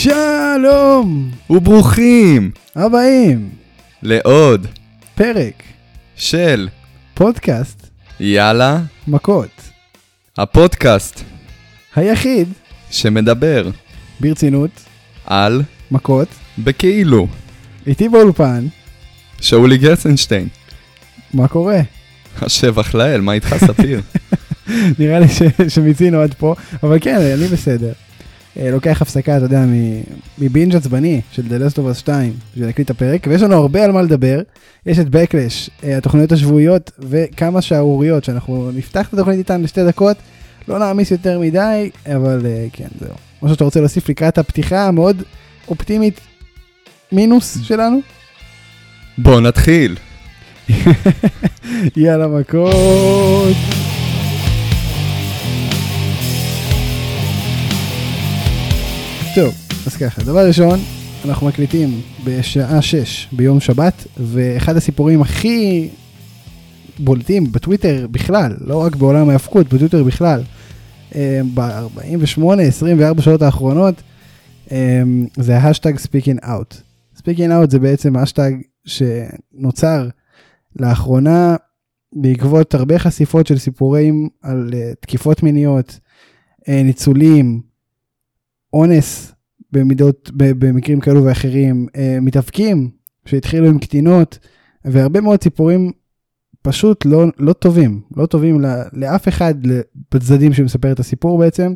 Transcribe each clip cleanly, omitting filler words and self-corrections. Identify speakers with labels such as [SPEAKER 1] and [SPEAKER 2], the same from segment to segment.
[SPEAKER 1] שלום
[SPEAKER 2] וברוכים
[SPEAKER 1] הבאים
[SPEAKER 2] לעוד
[SPEAKER 1] פרק
[SPEAKER 2] של
[SPEAKER 1] פודקאסט
[SPEAKER 2] יאללה
[SPEAKER 1] מכות,
[SPEAKER 2] הפודקאסט
[SPEAKER 1] היחיד
[SPEAKER 2] שמדבר
[SPEAKER 1] ברצינות
[SPEAKER 2] על
[SPEAKER 1] מכות.
[SPEAKER 2] בכאילו.
[SPEAKER 1] איתי באולפן,
[SPEAKER 2] שאולי גרצנשטיין.
[SPEAKER 1] מה קורה?
[SPEAKER 2] השבח לאל, מה איתך ספיר?
[SPEAKER 1] נראה לי שמיצינו עד פה, אבל כן, אני בסדר. לוקח הפסקה, אתה יודע, מבינג' עצבני של The Last of Us 2, בשביל להקליט את הפרק, ויש לנו הרבה על מה לדבר. יש את Backlash, התוכניות השבועיות, וכמה שערוריות, שאנחנו נפתח את התוכנית איתן לשתי דקות, לא נעמיס יותר מדי, אבל כן, זהו. משהו שאתה רוצה להוסיף לקראת הפתיחה המאוד אופטימית מינוס שלנו?
[SPEAKER 2] בוא נתחיל.
[SPEAKER 1] יאללה מכות. טוב, אז ככה, דבר ראשון, אנחנו מקליטים בשעה 6 ביום שבת, ואחד הסיפורים הכי בולטים בטוויטר בכלל, לא רק בעולם ההפקות, בטוויטר בכלל, ב-48-24 שעות האחרונות, זה ההשטג speaking out. speaking out זה בעצם ההשטג שנוצר לאחרונה, בעקבות הרבה חשיפות של סיפורים על תקיפות מיניות, ניצולים, אונס במקרים כאלו ואחרים, מתאבקים שהתחילו עם קטינות, והרבה מאוד סיפורים פשוט לא טובים, לא טובים לאף אחד בצדדים שמספר את הסיפור בעצם,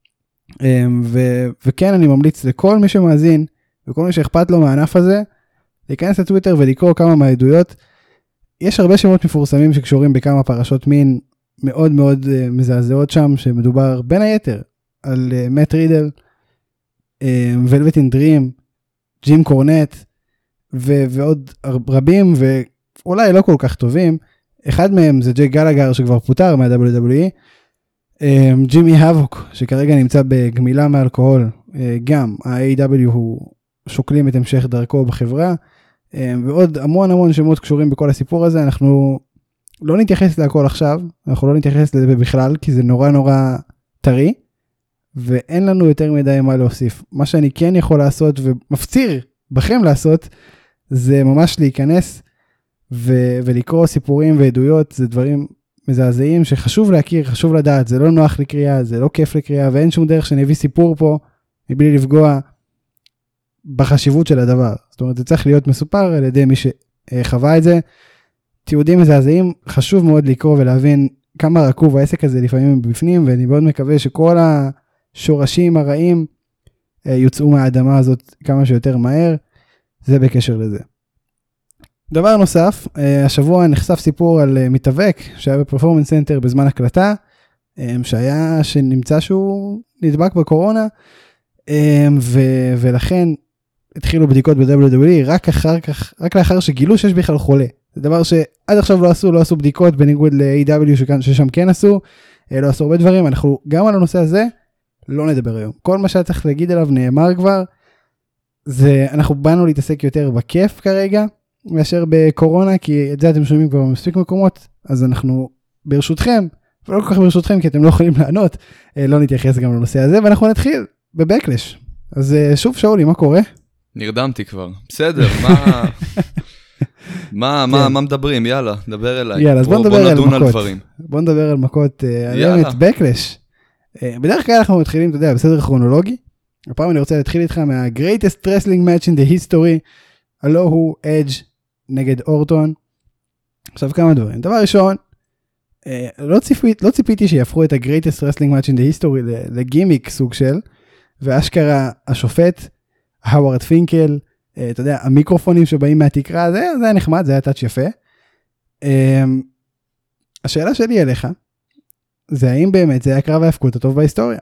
[SPEAKER 1] וכן אני ממליץ לכל מי שמאזין, וכל מי שאכפת לו מהענף הזה, להיכנס לטוויטר ולקרוא כמה מהעדויות. יש הרבה שמות מפורסמים שקשורים בכמה פרשות מין מאוד מאוד מזעזעות שם, שמדובר בין היתר על מאט רידל, ולווט אין דרים, ג'ים קורנט, ועוד רבים, ואולי לא כל כך טובים. אחד מהם זה ג'ייק גלגר שכבר פוטר מה-WWE, ג'ימי האבוק שכרגע נמצא בגמילה מאלכוהול, גם ה-AW הוא שוקלים את המשך דרכו בחברה, ועוד המון שמות קשורים בכל הסיפור הזה. אנחנו לא נתייחס להכל עכשיו, אנחנו לא נתייחס לזה בכלל, כי זה נורא טרי, ואין לנו יותר מדי מה להוסיף. מה שאני כן יכול לעשות, ומפציר בכם לעשות, זה ממש להיכנס, ולקרוא סיפורים ועדויות. זה דברים מזעזעים שחשוב להכיר, חשוב לדעת, זה לא נוח לקריאה, זה לא כיף לקריאה, ואין שום דרך שאני אביא סיפור פה, מבלי לפגוע בחשיבות של הדבר. זאת אומרת, זה צריך להיות מסופר על ידי מי שחווה את זה. תיעודים מזעזעים, חשוב מאוד לקרוא ולהבין כמה רקוב העסק הזה לפעמים בפנים, ואני מאוד מקווה שכל השורשים הרעים יוצאו מהאדמה הזאת כמה שיותר מהר. זה בקשר לזה. דבר נוסף, השבוע נחשף סיפור על מתאבק שהיה בפרפורמנס סנטר בזמן הקלטה, שנמצא שהוא נדבק בקורונה, ולכן התחילו בדיקות ב-WWE רק לאחר שגילו שיש בכלל חולה. זה דבר שעד עכשיו לא עשו בדיקות, בניגוד ל-AW ששם כן עשו, לא עשו הרבה דברים. אנחנו גם על הנושא הזה לא נדבר היום. כל מה שהיה צריך להגיד עליו נאמר כבר, אנחנו באנו להתעסק יותר בכיף כרגע, מאשר בקורונה, כי את זה אתם שומעים כבר במספיק מקומות, אז אנחנו ברשותכם, ולא כל כך ברשותכם, כי אתם לא יכולים לענות, לא נתייחס גם לנושא הזה, ואנחנו נתחיל בבקלש. אז שוב שאולי, מה קורה?
[SPEAKER 2] נרדמתי כבר. בסדר, מה מדברים? יאללה, דבר אליי.
[SPEAKER 1] יאללה, אז בוא נדבר על מכות.
[SPEAKER 2] דברים.
[SPEAKER 1] בוא נדבר על מכות, על את בקלש. בדרך כלל אנחנו מתחילים, אתה יודע, בסדר כרונולוגי. הפעם אני רוצה להתחיל איתך מה-Greatest Wrestling Match in the History, הלא הוא אדג' נגד אורטון. עכשיו כמה דברים. דבר ראשון, לא ציפיתי שיהפכו את ה-Greatest Wrestling Match in the History לגימיק סוג של, ואשכרה השופט, הווארד פינקל, אתה יודע, המיקרופונים שבאים מהתקרה, זה היה נחמד, זה היה טאץ' יפה. השאלה שלי אליך, זה האם באמת זה היה קרב ההפקות הטוב בהיסטוריה?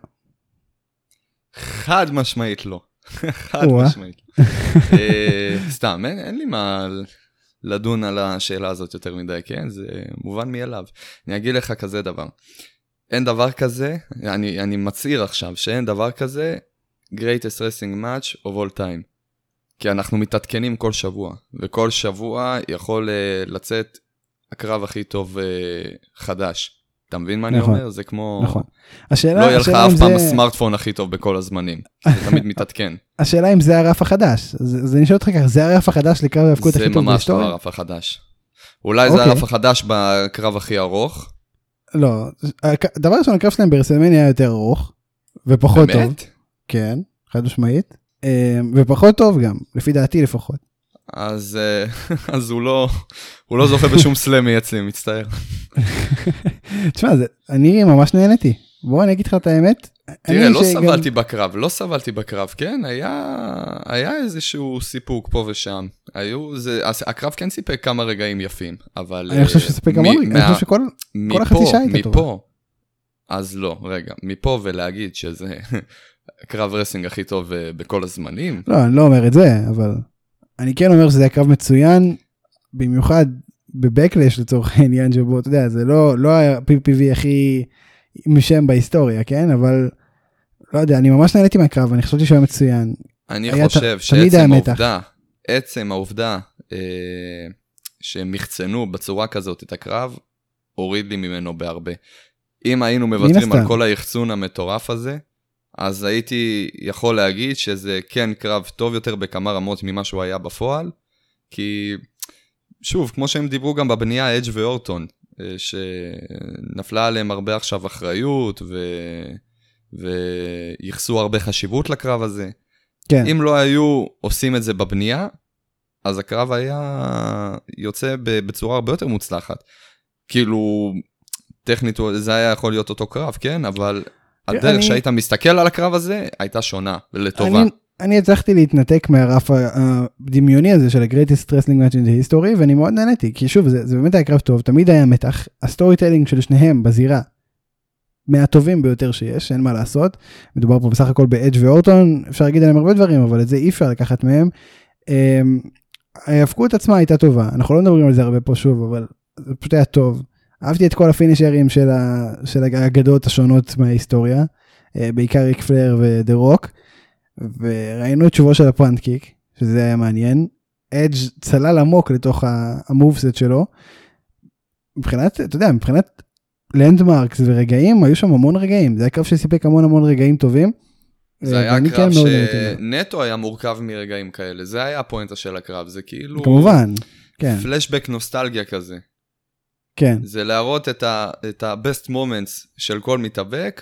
[SPEAKER 2] חד משמעית לא. חד משמעית. סתם, אין לי מה לדון על השאלה הזאת יותר מדי, כן? זה מובן מאליו. אני אגיד לך כזה דבר. אין דבר כזה, אני מצעיר עכשיו, שאין דבר כזה, greatest wrestling match of all time. כי אנחנו מתעדכנים כל שבוע, וכל שבוע יכול לצאת הקרב הכי טוב חדש. אתה מבין מה אני אומר? זה כמו...
[SPEAKER 1] נכון.
[SPEAKER 2] לא יהיה לך אף פעם הסמארטפון הכי טוב בכל הזמנים. זה תמיד מתעדכן.
[SPEAKER 1] השאלה אם זה הרף החדש. זה נשאל אותך ככה, זה הרף החדש לקרב ההאבקות הכי טוב בהיסטוריה?
[SPEAKER 2] זה ממש הרף החדש. אולי זה הרף החדש בקרב הכי ארוך.
[SPEAKER 1] לא. דבר ראשון, הקרב שלהם ברסלמניה היה יותר ארוך, ופחות טוב. באמת? כן, חד משמעית. ופחות טוב גם, לפי דעתי לפחות.
[SPEAKER 2] אז הוא לא זוכה בשום סלמי אצלי, מצטער.
[SPEAKER 1] תשמע, אני ממש נהניתי. בוא אני אגיד לך את האמת.
[SPEAKER 2] תראה, לא סבלתי בקרב, כן? היה איזשהו סיפוק פה ושם. הקרב כן סיפק כמה רגעים יפים, אבל...
[SPEAKER 1] אני חושב שסיפק המון רגעים, אני חושב שכל החצי שעה הייתה טובה.
[SPEAKER 2] מפה, אז לא, רגע, מפה ולהגיד שזה קרב רסלינג הכי טוב בכל הזמנים.
[SPEAKER 1] לא, אני לא אומר את זה, אבל אני כן אומר שזה היה קרב מצוין, במיוחד בבקלש לצורך העניין שבו, אתה יודע, זה לא ה-PPV הכי משם בהיסטוריה, כן? אבל לא יודע, אני ממש נהניתי מהקרב, אני חשבתי שהוא היה מצוין.
[SPEAKER 2] אני חושב שעצם העובדה שהם מחצנו בצורה כזאת את הקרב, הוריד לי ממנו בהרבה. אם היינו מוותרים על כל היחצון המטורף הזה, אז הייתי יכול להגיד שזה כן קרב טוב יותר בכמה רמות ממה שהוא היה בפועל, כי שוב, כמו שהם דיברו גם בבנייה, אדג' ואורטון, שנפלה עליהם הרבה עכשיו אחריות, ויחסו הרבה חשיבות לקרב הזה. כן. אם לא היו עושים את זה בבנייה, אז הקרב היה יוצא בצורה הרבה יותר מוצלחת. כאילו, טכנית זה היה יכול להיות אותו קרב, כן? אבל הדרך שהיית מסתכל על הקרב הזה, הייתה שונה ולטובה.
[SPEAKER 1] אני הצלחתי להתנתק מהרף הדמיוני הזה של ה-Greatest Wrestling Match in the History, ואני מאוד נהניתי, כי שוב, זה באמת היה קרב טוב, תמיד היה מתח, הסטורי טיילינג של שניהם בזירה, מהטובים ביותר שיש, אין מה לעשות, מדובר פה בסך הכל באדג' ואורטון, אפשר להגיד עליהם הרבה דברים, אבל את זה אי אפשר לקחת מהם, ההאבקות עצמה הייתה טובה, אנחנו לא מדברים על זה הרבה פה שוב, אבל זה פשוט היה טוב, אהבתי את כל הפינישרים של האגדות השונות מההיסטוריה, בעיקר ריק פלר ודה רוק, וראינו את שובו של הפרנט-קיק, שזה היה מעניין, אדג' צלל עמוק לתוך המובסט שלו, מבחינת, אתה יודע, מבחינת לנדמרקס ורגעים, היו שם המון רגעים, זה היה קרב שסיפק המון רגעים טובים.
[SPEAKER 2] זה היה קרב שנטו היה מורכב מרגעים כאלה, זה היה הפואנטה של הקרב, זה כאילו...
[SPEAKER 1] כמובן, כן.
[SPEAKER 2] פלשבק נוסטלגיה כזה.
[SPEAKER 1] כן.
[SPEAKER 2] זה להראות את ה-best moments של כל מתאבק,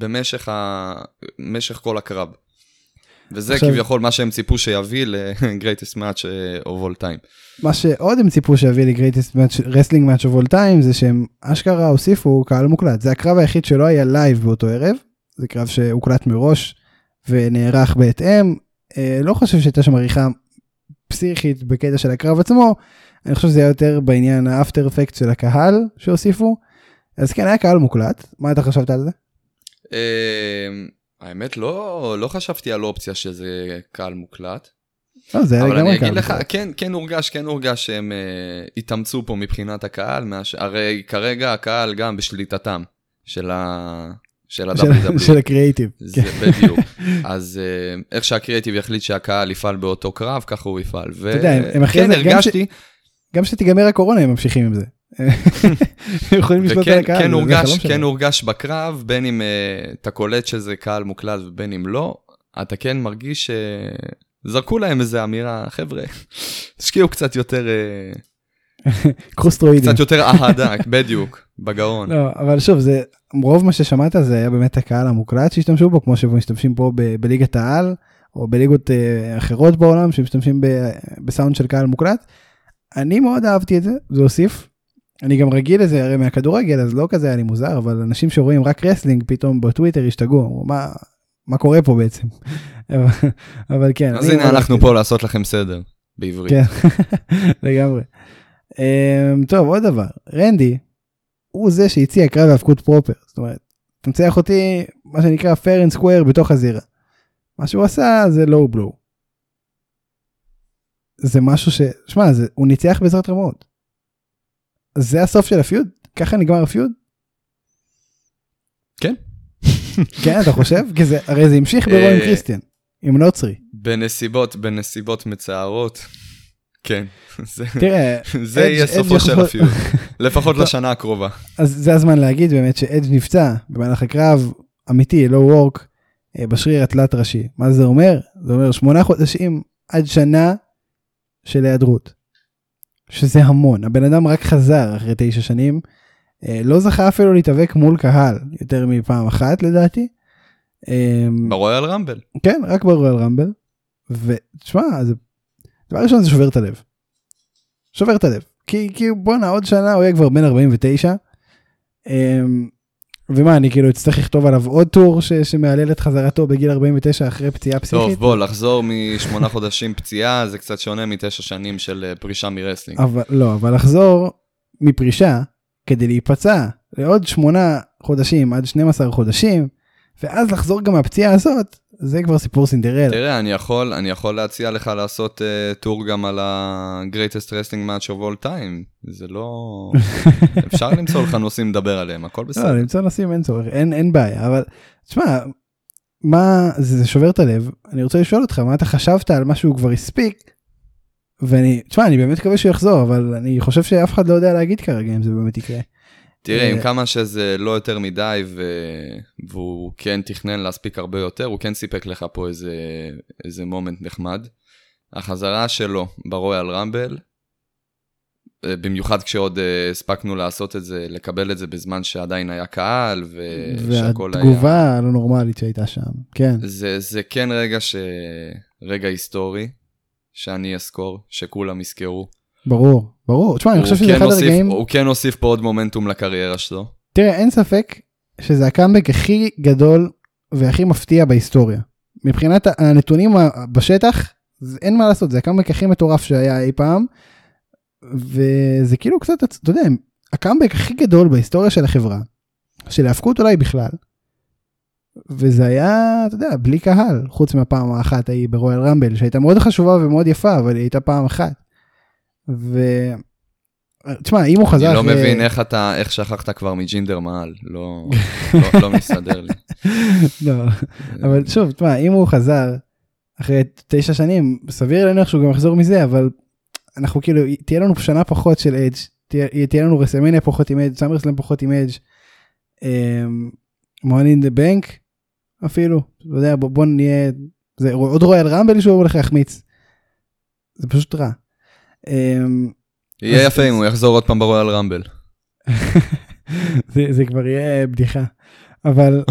[SPEAKER 2] במשך כל הקרב. וזה כביכול מה שהם ציפו שיביא ל-Greatest Match of All Time.
[SPEAKER 1] מה שעוד הם ציפו שיביא ל-Greatest Wrestling Match of All Time, זה שהם אשכרה הוסיפו קהל מוקלט. זה הקרב היחיד שלא היה לייב באותו ערב, זה קרב שהוקלט מראש ונערך בהתאם. לא חושב שהייתה שם עריכה פסיכית בקטע של הקרב עצמו, אני חושב שזה היה יותר בעניין האפטר אפקט של הקהל שהוסיפו. אז כן, היה קהל מוקלט. מה אתה חשבת על זה?
[SPEAKER 2] האמת, לא חשבתי על אופציה שזה קהל מוקלט.
[SPEAKER 1] אבל
[SPEAKER 2] אני אגיד לך, כן הורגש שהם התאמצו פה מבחינת הקהל, הרי כרגע הקהל גם בשליטתם של ה-WWE.
[SPEAKER 1] של הקריאיטיב.
[SPEAKER 2] בדיוק. אז איך שהקריאיטיב יחליט שהקהל יפעל באותו קרב, ככה הוא יפעל. וכן, הרגשתי...
[SPEAKER 1] גם שתיגמר הקורונה הם ממשיכים עם זה.
[SPEAKER 2] כן הורגש בקרב, בין אם אתה קולט שזה קהל מוקלט ובין אם לא, אתה כן מרגיש שזרקו להם איזה אמירה, חבר'ה, תשקיעו קצת יותר...
[SPEAKER 1] קרוסטרואידים.
[SPEAKER 2] קצת יותר אהדה, בדיוק, בגאון.
[SPEAKER 1] לא, אבל שוב, רוב מה ששמעת זה היה באמת הקהל המוקלט שהשתמשו בו, כמו שמשתמשים פה בליגת העל, או בליגות אחרות בעולם, שמשתמשים בסאונד של קהל מוקלט. אני מאוד אהבתי את זה, זה הוסיף. אני גם רגיל לזה, הרי מהכדורגל, אז לא כזה היה לי מוזר, אבל אנשים שרואים רק רסלינג, פתאום בטוויטר השתגעו, מה קורה פה בעצם? אבל כן.
[SPEAKER 2] אז הנה אנחנו פה לעשות לכם סדר, בעברית.
[SPEAKER 1] כן, לגמרי. טוב, עוד דבר, רנדי, הוא זה שהציע קרב האבקות פרופר, זאת אומרת, תמצח אותי, מה שנקרא fair and square בתוך הזירה. מה שהוא עשה זה low blow. זה משהו שמע, הוא ניצח בעזרת רמות. זה הסוף של הפיוד? ככה נגמר הפיוד?
[SPEAKER 2] כן.
[SPEAKER 1] כן, אתה חושב? כי הרי זה המשיך ברוע עם קריסטיאן, עם נוצרי.
[SPEAKER 2] בנסיבות מצערות, כן,
[SPEAKER 1] תראה,
[SPEAKER 2] זה יהיה סופו של הפיוט, לפחות לשנה הקרובה.
[SPEAKER 1] אז זה הזמן להגיד באמת שאדג' נפצע במהלך הקרב אמיתי, לא וורק, בשריר התלת ראשי. מה זה אומר? זה אומר 8 חודשים עד שנה של היעדרות. שזה המון. הבן אדם רק חזר אחרי 9 שנים, לא זכה אפילו להתאבק מול קהל, יותר מפעם אחת לדעתי.
[SPEAKER 2] ברויאל רמבל.
[SPEAKER 1] כן, רק ברויאל רמבל. ותשמע, דבר ראשון זה שובר את הלב. שובר את הלב. כי בוא'נה, עוד שנה הוא יהיה כבר בן 49. ומה, אני כאילו אצטרך לכתוב עליו עוד טור שמעלל את חזרתו בגיל 49 אחרי פציעה פסיכית.
[SPEAKER 2] טוב, בוא, לחזור מ8 חודשים פציעה, זה קצת שונה מ9 שנים של פרישה מרסלינג.
[SPEAKER 1] אבל לחזור מפרישה, כדי להיפצע לעוד 8 חודשים עד 12 חודשים, ואז לחזור גם מהפציעה הזאת, זה כבר סיפור סינדרלה.
[SPEAKER 2] תראה, אני יכול להציע לך לעשות טור גם על ה-Greatest Wrestling Match of All Time. זה לא... אפשר למצוא לך נושאים לדבר עליהם, הכל בסדר.
[SPEAKER 1] לא, למצוא נושאים אין צורך, אין בעיה, אבל תשמע, מה, זה שובר את הלב, אני רוצה לשאול אותך, מה אתה חשבת על מה שהוא כבר הספיק, תשמע, אני באמת מקווה שהוא יחזור, אבל אני חושב שאף אחד לא יודע להגיד כרגע אם זה באמת יקרה.
[SPEAKER 2] תראה, עם כמה שזה לא יותר מדי, והוא כן תכנן להספיק הרבה יותר, הוא כן סיפק לך פה איזה מומנט נחמד. החזרה שלו ברויאל רמבל, במיוחד כשעוד הספקנו לעשות את זה, לקבל את זה בזמן שעדיין היה קהל, ושהכל היה...
[SPEAKER 1] והתגובה לא נורמלית שהייתה שם, כן.
[SPEAKER 2] זה כן רגע היסטורי, שאני אזכור, שכולם יזכרו.
[SPEAKER 1] ברור. תשמע, אני חושב שזה אחד הרגעים...
[SPEAKER 2] הוא כן הוסיף פה עוד מומנטום לקריירה שלו.
[SPEAKER 1] תראה, אין ספק שזה הקאמבק הכי גדול והכי מפתיע בהיסטוריה. מבחינת הנתונים בשטח, אין מה לעשות, זה הקאמבק הכי מטורף שהיה אי פעם, וזה כאילו קצת, אתה יודע, הקאמבק הכי גדול בהיסטוריה של החברה, של ההפקות אולי בכלל, וזה היה, אתה יודע, בלי קהל, חוץ מהפעם האחת ההיא ברויאל רמבל, שהייתה מאוד חשובה ומאוד יפה, אבל היא הייתה פעם אחת. תשמע, אם הוא חזר...
[SPEAKER 2] אני לא מבין איך שכחת כבר מג'ינדר מעל, לא מסתדר לי.
[SPEAKER 1] לא, אבל שוב, תשמע, אם הוא חזר אחרי 9 שנים, סביר להניח שהוא גם יחזור מזה, אבל אנחנו כאילו, תהיה לנו שנה פחות של אדג', תהיה לנו רסלמניה פחות עם אדג', סמרסלאם פחות עם אדג', Money in the Bank אפילו, לא יודע, בוא נהיה, זה עוד רויאל רמבל שהוא הולך להחמיץ, זה פשוט רע.
[SPEAKER 2] יהיה יפה אם הוא יחזור עוד פעם ברויאל רמבל.
[SPEAKER 1] זה כבר יהיה בדיחה. אבל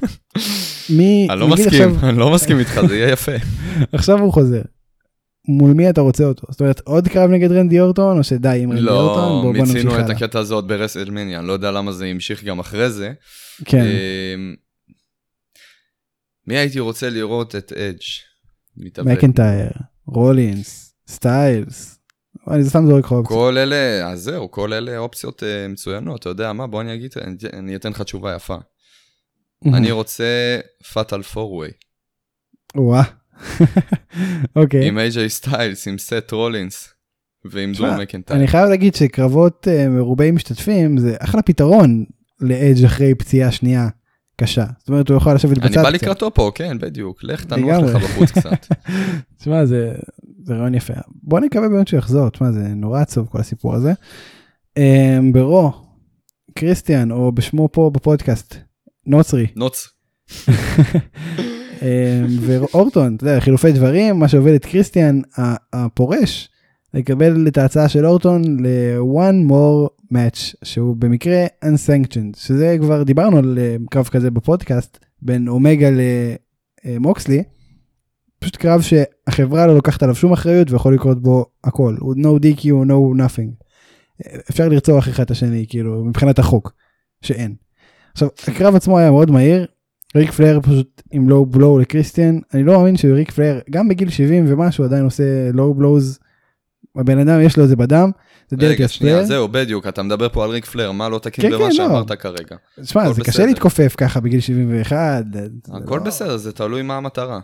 [SPEAKER 2] אני לא מסכים איתך, זה יהיה יפה. עכשיו
[SPEAKER 1] הוא חוזר. מול מי אתה רוצה אותו? זאת אומרת, עוד קרב נגד רנדי אורטון, או שדי עם רנדי אורטון?
[SPEAKER 2] לא, מיצינו את הקטע הזה עוד ברסלמניה, אני לא יודע למה זה ימשיך גם אחרי זה.
[SPEAKER 1] כן.
[SPEAKER 2] מי הייתי רוצה לראות את אדג'?
[SPEAKER 1] מקנטייר, רולינס, סטיילס. אני סתם זורק לך אופציות.
[SPEAKER 2] כל אלה, אז זהו, כל אלה אופציות מצוינות, אתה יודע מה, בוא אני אתן לך תשובה יפה. אני רוצה פאטל פורווי.
[SPEAKER 1] וואה. אוקיי.
[SPEAKER 2] עם AJ סטיילס, עם סט רולינס, ועם דרו מקנטייר.
[SPEAKER 1] אני חייב להגיד שקרבות מרובי משתתפים, זה אחלה פתרון לאדג' אחרי פציעה שנייה קשה. זאת אומרת, הוא יכול לשבת בצד קצת.
[SPEAKER 2] אני בא לקראתו פה, כן, בדיוק. לך תנוח לך בחוץ קצת.
[SPEAKER 1] תשמע, זה רעיון יפה. בוא נקווה באמת שהוא יחזור. תשמע, זה נורא עצוב כל הסיפור הזה. ברו, קריסטיאן, או בשמו פה בפודקאסט, נוצרי. ואורטון, אתה יודע, חילופי דברים, מה שהוביל את קריסטיאן, הפורש, לקבל את ההצעה של אורטון ל-one more match, שהוא במקרה unsanctioned, שזה כבר דיברנו על קרב כזה בפודקאסט, בין אומגה למוקסלי, פשוט קרב שהחברה לא לוקחת עליו שום אחריות, ויכול לקרות בו הכל, no DQ, no nothing. אפשר לרצוח אחד את השני, כאילו, מבחינת החוק, שאין. עכשיו, הקרב עצמו היה מאוד מהיר, ריק פלר פשוט עם לואו בלואו לקריסטיאן, אני לא מאמין שריק פלר, גם בגיל 70 ומשהו, עדיין עושה לואו בלואוז, הבן אדם יש לו זה בדם, זה
[SPEAKER 2] רגע, שנייה, זהו, בדיוק, אתה מדבר פה על ריק פלר, מה לא תקין במה שאמרת כרגע?
[SPEAKER 1] תשמע, זה קשה להתכופף ככה בגיל 71.
[SPEAKER 2] הכל בסדר, זה תלוי מה המטרה.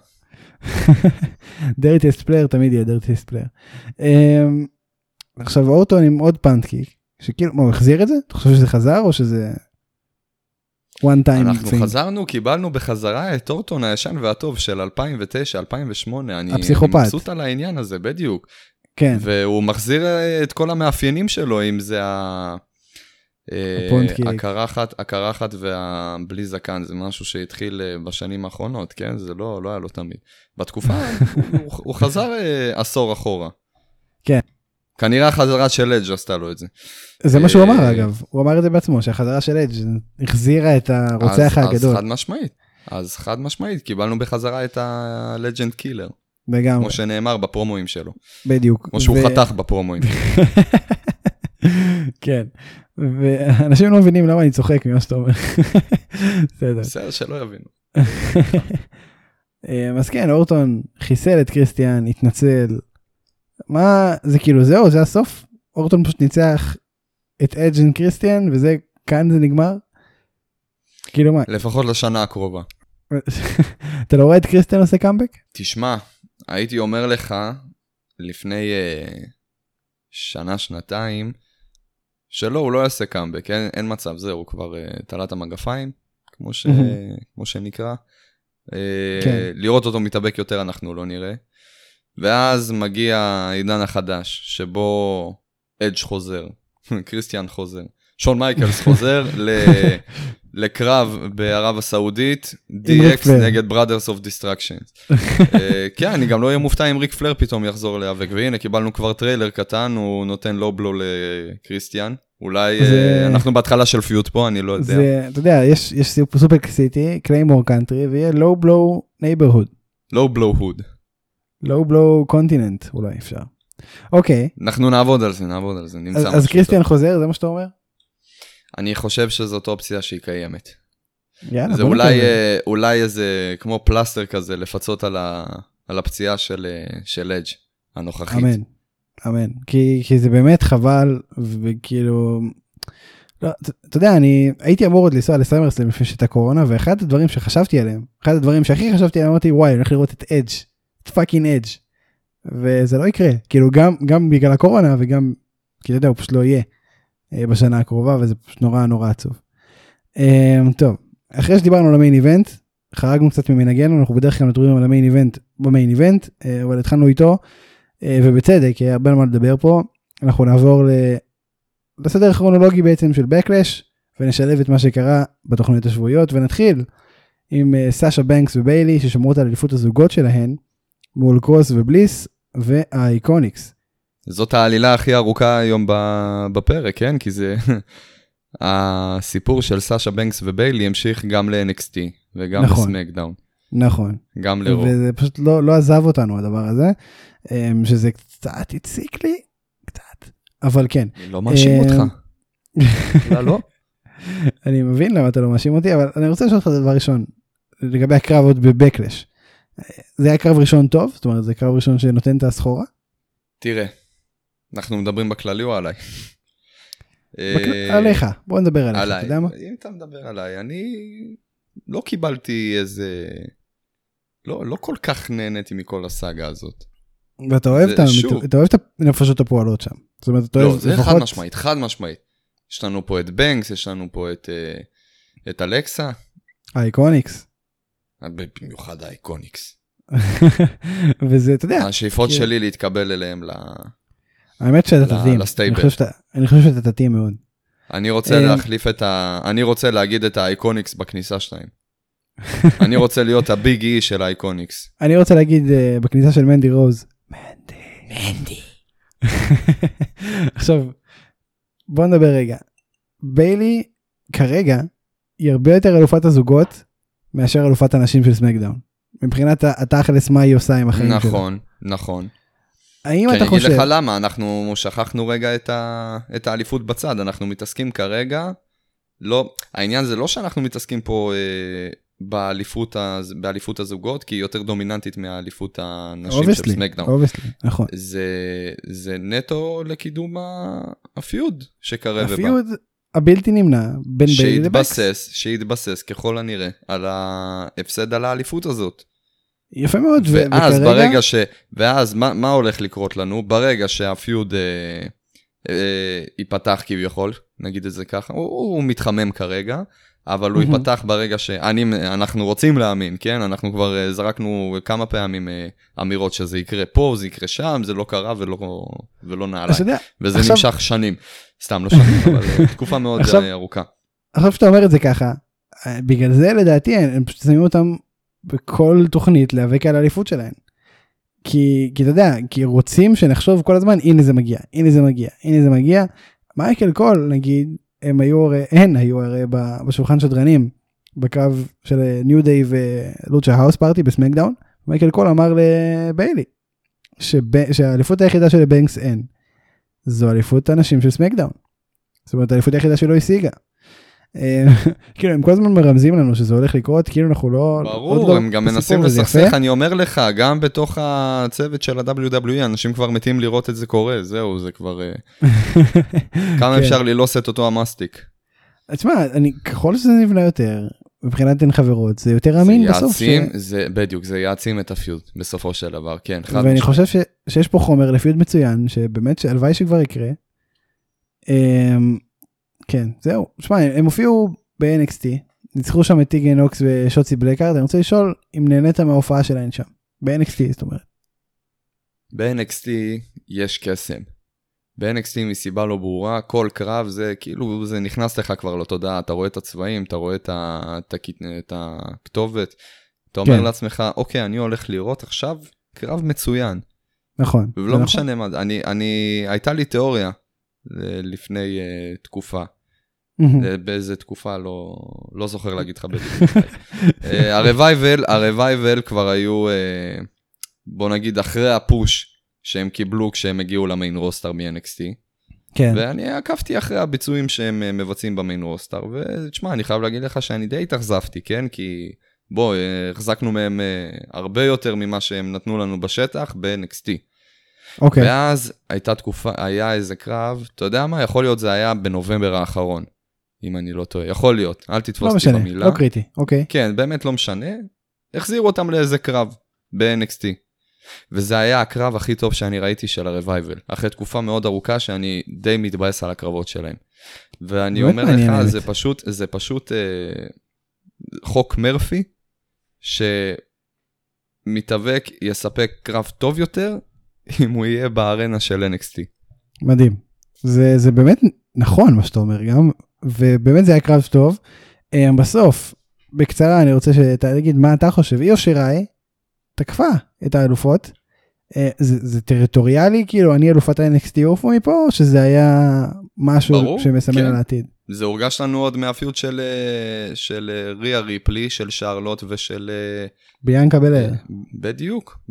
[SPEAKER 1] דרטיסט פלר, תמיד יהיה דרטיסט פלר. עכשיו, אורטון עם עוד פאנטקיק, שכאילו, מה, הוא החזיר את זה? אתה חושב שזה חזר או שזה...
[SPEAKER 2] אנחנו חזרנו, קיבלנו בחזרה את אורטון הישן והטוב של 2009-2008, אני מבסוט על העניין הזה, בדיוק.
[SPEAKER 1] כן.
[SPEAKER 2] והוא מחזיר את כל המאפיינים שלו, אם זה הקרחת והבלי זקן, זה משהו שהתחיל בשנים האחרונות, כן? זה לא היה לו תמיד. בתקופה הוא חזר עשור אחורה.
[SPEAKER 1] כן.
[SPEAKER 2] כנראה החזרה של אדג' עשתה לו את זה.
[SPEAKER 1] זה מה שהוא אמר אגב, הוא אמר את זה בעצמו, שהחזרה של אדג' החזירה את הרוצח הגדול.
[SPEAKER 2] אז חד משמעית, קיבלנו בחזרה את הלג'נד קילר.
[SPEAKER 1] לגמרי.
[SPEAKER 2] כמו שנאמר בפרומואים שלו.
[SPEAKER 1] בדיוק.
[SPEAKER 2] כמו שהוא חתך בפרומואים.
[SPEAKER 1] כן. ואנשים לא מבינים למה אני צוחק ממה שאתה אומר.
[SPEAKER 2] בסדר, שלא יבינו.
[SPEAKER 1] אז כן, אורטון חיסל את קריסטיאן, התנצל. מה, זה כאילו זהו, זה הסוף? אורטון פשוט ניצח את אדג' עם קריסטיאן, וזה, כאן זה נגמר? כאילו מה?
[SPEAKER 2] לפחות לשנה הקרובה.
[SPEAKER 1] אתה לא רואה את קריסטיאן עושה קאמבק?
[SPEAKER 2] תשמע, הייתי אומר לך, לפני שנה, שנתיים, שלא, הוא לא יעשה קאמבק, אין מצב, זהו, הוא כבר תלת המגפיים, כמו שנקרא. לראות אותו מתאבק יותר אנחנו לא נראה. ואז מגיע העידן החדש, שבו אדג' חוזר, קריסטיאן חוזר, שון מייקלס חוזר לקרב בערב הסעודית, DX נגד Brothers of Destruction. כן, אני גם לא אהיה מופתע אם ריק פלר פתאום יחזור להיאבק, והנה קיבלנו כבר טריילר קטן, הוא נותן לואו-בלו לקריסטיאן, אולי אנחנו בהתחלה של פיוט פה, אני לא יודע.
[SPEAKER 1] אתה יודע, יש סופר סיטי, קליימור קאנטרי, ויהיה לואו-בלו נייברהוד.
[SPEAKER 2] לואו-בלו הוד.
[SPEAKER 1] לואו-בלו קונטיננט, אולי אפשר. אוקיי.
[SPEAKER 2] אנחנו נעבוד על זה,
[SPEAKER 1] אז קריסטיאן חוזר, זה מה שאתה אומר?
[SPEAKER 2] אני חושב שזאת אופציה שהיא קיימת.
[SPEAKER 1] יאללה,
[SPEAKER 2] זה אולי איזה, כמו פלסטר כזה, לפצות על הפציעה של אדג' הנוכחית.
[SPEAKER 1] אמן. כי זה באמת חבל, וכאילו, לא, אתה יודע, אני הייתי אמור עוד לנסוע לסמרסלאם לפני שהייתה קורונה, ואחד הדברים שחשבתי עליהם, אחד הדברים שהכי חשבתי עליהם, אמרתי, וואי, אני הולך לראות את אדג', את פאקינג אדג', וזה לא יקרה, כאילו גם בגלל הקורונה, וגם, כי אתה יודע, הוא פשוט לא יהיה בשנה הקרובה, וזה פשוט נורא עצוב. טוב, אחרי שדיברנו על המיין איבנט, חרגנו קצת ממנהגנו, אנחנו בדרך כלל מדברים על המיין איבנט במיין איבנט, אבל התחלנו איתו, ובצדק, כי הרבה מה לדבר פה, אנחנו נעבור לסדר כרונולוגי בעצם של Backlash, ונשלב את מה שקרה בתוכניות השבועיות, ונתחיל עם סאשה בנקס וביילי, ששמרו על אליפות הזוגות שלהן, מול קרוס ובליס, והאיקוניקס.
[SPEAKER 2] זאת העלילה הכי ארוכה היום בפרק, כן? כי זה הסיפור של סאשה בנקס וביילי המשיך גם ל-NXT וגם לסמקדאון.
[SPEAKER 1] נכון.
[SPEAKER 2] גם לרוב.
[SPEAKER 1] וזה פשוט לא עזב אותנו הדבר הזה, שזה קצת הציק לי, קצת, אבל כן.
[SPEAKER 2] אני לא מאשים אותך. לא.
[SPEAKER 1] אני מבין למה אתה לא מאשים אותי, אבל אני רוצה לשאול אותך דבר ראשון, לגבי הקרב עוד בבקלש. זה היה קרב ראשון טוב? זאת אומרת, זה קרב ראשון שנותן את הסחורה?
[SPEAKER 2] תראה, אנחנו מדברים בכללי או עליי?
[SPEAKER 1] עליך, בוא נדבר עליך, אתה יודע מה?
[SPEAKER 2] אם אתה מדבר עליי, אני לא קיבלתי איזה, לא כל כך נהניתי מכל הסאגה הזאת.
[SPEAKER 1] ואתה אוהב את הנפשות הפועלות שם. זאת אומרת, אתה אוהב
[SPEAKER 2] לפחות... לא, זה חד משמעית. יש לנו פה את בנקס, יש לנו פה את אלכסה.
[SPEAKER 1] האיקוניקס.
[SPEAKER 2] במיוחד האיקוניקס.
[SPEAKER 1] וזה, אתה יודע.
[SPEAKER 2] השאיפות שלי להתקבל אליהם
[SPEAKER 1] האמת שאתה תתאים. אני חושב שאתה תתאים מאוד.
[SPEAKER 2] אני רוצה להגיד את האיקוניקס בכניסה שלהם. אני רוצה להיות הביג אי של האיקוניקס.
[SPEAKER 1] אני רוצה להגיד בכניסה של מנדי רוז. מנדי. עכשיו, בוא נדבר רגע. ביילי כרגע היא הרבה יותר אלופת הזוגות מאשר אלופת הנשים של סמקדאון. מבחינת התכלס מה היא עושה עם החיים שלה.
[SPEAKER 2] נכון.
[SPEAKER 1] האם אתה חושב...
[SPEAKER 2] אני אגיד לך למה, אנחנו שכחנו רגע את האליפות בצד, אנחנו מתעסקים כרגע, העניין זה לא שאנחנו מתעסקים פה באליפות הזוגות, כי היא יותר דומיננטית מהאליפות הנשים של סמקדאון.
[SPEAKER 1] נכון.
[SPEAKER 2] זה נטו לקידום הפיוד שקרב ובא.
[SPEAKER 1] הפיוד הבלתי נמנע בין ביילי לבקס.
[SPEAKER 2] שהתבסס ככל הנראה על ההפסד על האליפות הזאת.
[SPEAKER 1] יפה מאוד.
[SPEAKER 2] ואז מה הולך לקרות לנו? ברגע שהפיוד ייפתח כביכול, נגיד את זה ככה, הוא מתחמם כרגע, אבל הוא ייפתח ברגע שאנחנו רוצים להאמין, כן? אנחנו כבר זרקנו כמה פעמים אמירות שזה יקרה פה, זה יקרה שם, זה לא קרה ולא נעלה. וזה נמשך שנים. סתם לא שנים, אבל תקופה מאוד ארוכה.
[SPEAKER 1] עכשיו שאתה אומר את זה ככה, בגלל זה לדעתי הם פשוט שמים אותם בכל תוכנית להיאבק על האליפות שלהם. כי אתה יודע, כי רוצים שנחשוב כל הזמן, הנה זה מגיע, הנה זה מגיע, הנה זה מגיע. מייקל קול, נגיד, הן היו הרי בשולחן שדרנים, בקרב של ניו דיי ולוצ'ה האוס פארטי בסמקדאון, מייקל קול אמר לביילי, שהאליפות היחידה של בנקס אין, זו אליפות הנשים של סמקדאון. זאת אומרת, האליפות היחידה שלא השיגה. כאילו, הם כל הזמן מרמזים לנו שזה הולך לקרות, כאילו אנחנו לא...
[SPEAKER 2] ברור, הם גם מנסים לסכסך, אני אומר לך, גם בתוך הצוות של ה-WWE, אנשים כבר מתים לראות את זה קורה, זהו, זה כבר... כמה אפשר ללוס את אותו המאסטיק.
[SPEAKER 1] תשמע, ככל שזה נבנה יותר, מבחינת אין חברות, זה יותר אמין בסוף.
[SPEAKER 2] בדיוק, זה יעצים את הפיוד, בסופו של דבר, כן.
[SPEAKER 1] ואני חושב שיש פה חומר לפיוד מצוין, שבאמת, הלוואי שכבר יקרה. כן, זהו. שמע, הם הופיעו ב-NXT, ניצחו שם את טיגן נוקס ושוצי בלקארד, אני רוצה לשאול אם נהנית מההופעה שלהם שם, ב-NXT, זאת אומרת.
[SPEAKER 2] ב-NXT יש קסם. ב-NXT מסיבה לא ברורה, כל קרב זה כאילו, זה נכנס לך כבר לתודעה, אתה רואה את הצבעים, אתה רואה את הכתובת, אתה אומר לעצמך, אוקיי, אני הולך לראות עכשיו קרב מצוין.
[SPEAKER 1] נכון.
[SPEAKER 2] ולא משנה מה, הייתה לי תיאוריה לפני תקופה, באיזה תקופה, לא זוכר להגיד לך בדיוק. הרווייבל כבר היו, בוא נגיד, אחרי הפוש שהם קיבלו כשהם הגיעו למיין רוסטר מ-NXT.
[SPEAKER 1] כן.
[SPEAKER 2] ואני עקבתי אחרי הביצועים שהם מבצעים במיין רוסטר, ותשמע, אני חייב להגיד לך שאני די התאכזבתי, כן? כי בוא, החזקנו מהם הרבה יותר ממה שהם נתנו לנו בשטח ב-NXT.
[SPEAKER 1] אוקיי.
[SPEAKER 2] ואז הייתה תקופה, היה איזה קרב, אתה יודע מה? יכול להיות זה היה בנובמבר האחרון, אם אני לא טועה. יכול להיות, אל תתפוס אותי במילה.
[SPEAKER 1] לא משנה, לא קריטי, אוקיי.
[SPEAKER 2] כן, באמת לא משנה. החזירו אותם לאיזה קרב ב-NXT. וזה היה הקרב הכי טוב שאני ראיתי של הרווייבל. אחרי תקופה מאוד ארוכה שאני די מתבאס על הקרבות שלהם. ואני אומר לך, זה פשוט חוק מרפי, שמתאבק יספק קרב טוב יותר, אם הוא יהיה בארנה של NXT.
[SPEAKER 1] מדהים. זה באמת נכון מה שאתה אומר גם, ובאמת זה היה קרב טוב. בסוף, בקצרה אני רוצה שתגיד מה אתה חושב. איו שיראי תקפה את האלופות. זה טריטוריאלי, כאילו אני אלופת ה-NXT אופו מפה, או שזה היה משהו שמסמן על העתיד?
[SPEAKER 2] זה הורגש לנו עוד מהפיוט של ריה ריפלי, של שרלוט ושל...
[SPEAKER 1] ביאנקה בלר.
[SPEAKER 2] בדיוק.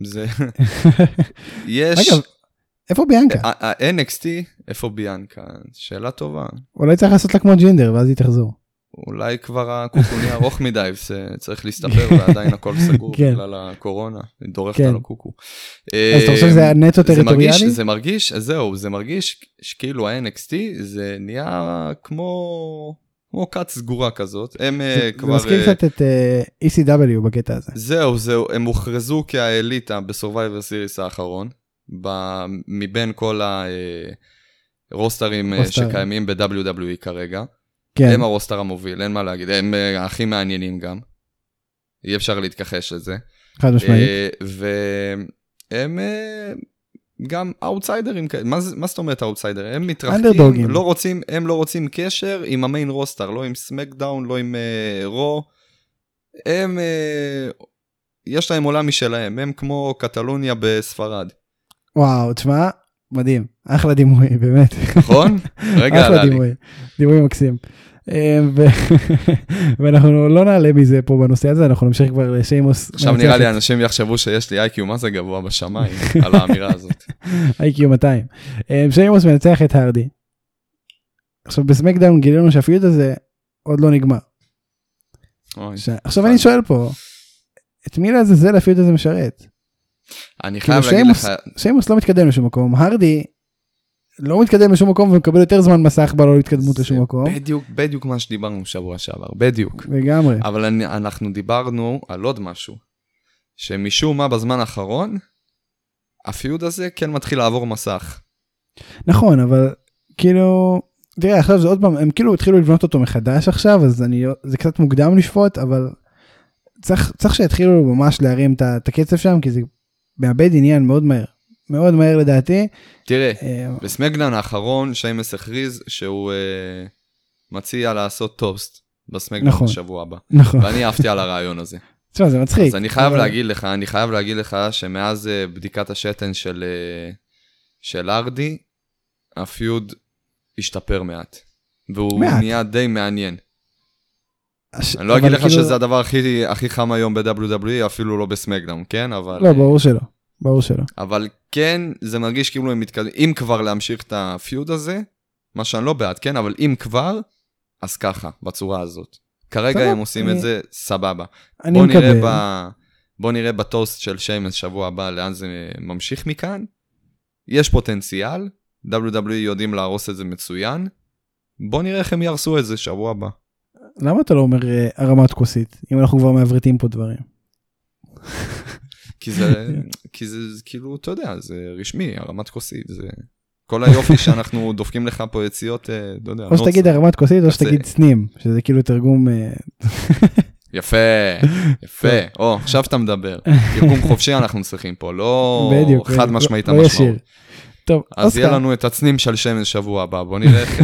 [SPEAKER 2] יש...
[SPEAKER 1] אגב, איפה ביאנקה?
[SPEAKER 2] ה-NXT, איפה ביאנקה? שאלה טובה.
[SPEAKER 1] אולי צריך לעשות לה כמו ג'ינדר, ואז היא תחזור.
[SPEAKER 2] אולי כבר הקוקוני ארוך מדי, צריך להסתפר, ועדיין הכל סגור בגלל הקורונה, דורכת על הקוקו.
[SPEAKER 1] אז אתה חושב שזה היה נטו טריטוריאלי?
[SPEAKER 2] זה מרגיש, זהו, זה מרגיש שכאילו ה-NXT זה נהיה כמו קאט סגורה כזאת.
[SPEAKER 1] זה מזכיר קצת את ECW בקטע הזה.
[SPEAKER 2] זהו, הם הוכרזו כהאליטה בסורווייבר סיריס האחרון, מבין כל הרוסטרים שקיימים ב-WWE כרגע. כן. הם הרוסטר המוביל, אין מה להגיד, הם הכי מעניינים גם. אי אפשר להתכחש לזה.
[SPEAKER 1] חד משמעית.
[SPEAKER 2] והם גם אאוטסיידרים, מה זאת אומרת אאוטסיידר? הם מתרחקים, הם לא רוצים קשר עם המיין רוסטר, לא עם סמקדאון, לא עם רו. יש להם עולם משלהם, הם כמו קטלוניה בספרד.
[SPEAKER 1] וואו, תשמע, מדהים, אחלה דימוי, באמת.
[SPEAKER 2] נכון? רגע,
[SPEAKER 1] אחלה דימוי מקסים. ואנחנו לא נעלה מזה פה בנושא הזה, אנחנו נמשיך כבר לשיימוס.
[SPEAKER 2] עכשיו נראה לי אנשים יחשבו שיש לי איי-קיו מה זה גבוה בשמיים, על האמירה הזאת.
[SPEAKER 1] איי-קיו 200. שיימוס מנצח את הרדי. עכשיו בסמקדאון גילינו שהפיוט הזה עוד לא נגמר. עכשיו אני שואל פה, את מי לעזאזל הפיוט הזה משרת?
[SPEAKER 2] אני חייב להגיד לך...
[SPEAKER 1] שיימוס לא מתקדם לשום מקום, הרדי לא מתקדם לשום מקום ומקבל יותר זמן מסך בלא להתקדמות לשום מקום.
[SPEAKER 2] בדיוק מה שדיברנו שבוע שעבר, בדיוק.
[SPEAKER 1] לגמרי.
[SPEAKER 2] אבל אנחנו דיברנו על עוד משהו, שמשום מה בזמן האחרון, הפיוד הזה כן מתחיל לעבור מסך.
[SPEAKER 1] נכון, אבל כאילו, תראה, עכשיו זה עוד פעם, הם כאילו התחילו לבנות אותו מחדש עכשיו, אז זה קצת מוקדם לשפוט, אבל צריך שיתחילו ממש להרים את הקצב שם, כי זה מאבד עניין מאוד מהר. מאוד מהר לדעתי.
[SPEAKER 2] תראה, בסמקדאון האחרון שיימס הכריז שהוא מציע לעשות טוסט בסמקדאון בשבוע הבא.
[SPEAKER 1] נכון.
[SPEAKER 2] ואני אהבתי על הרעיון הזה.
[SPEAKER 1] תשמע, זה מצחיק.
[SPEAKER 2] אז אני חייב להגיד לך שמאז בדיקת השתן של ארדי, הפיוד השתפר מעט. והוא נהיה די מעניין. אני לא אגיד לך שזה הדבר הכי חם היום ב-WWE, אפילו לא בסמקדאון, כן?
[SPEAKER 1] לא, ברור שלא.
[SPEAKER 2] אבל כן, זה מרגיש כאילו הם מתקדמים, אם כבר להמשיך את הפיוד הזה, מה שאני לא בעד, כן? אבל אם כבר, אז ככה, בצורה הזאת. כרגע הם עושים את זה, סבבה. בוא נראה בטוסט של שיימס שבוע הבא, לאן זה ממשיך מכאן. יש פוטנציאל, WWE יודעים להרוס את זה מצוין. בוא נראה איך הם ירסו את זה שבוע הבא.
[SPEAKER 1] למה אתה לא אומר הרמת כוסית, אם אנחנו כבר מעברתים פה דברים?
[SPEAKER 2] כי זה כאילו, אתה יודע, זה רשמי, הרמת כוסית, זה כל היופי שאנחנו דופקים לך פה יציאות, לא יודע.
[SPEAKER 1] או שתגיד הרמת כוסית, או שתגיד סנים, שזה כאילו תרגום...
[SPEAKER 2] יפה. עכשיו אתה מדבר. תרגום חופשי אנחנו צריכים פה, לא חד משמעית המשמעות. אז יהיה לנו את הצנים של שיימס שבוע הבא, בוא נראה איך...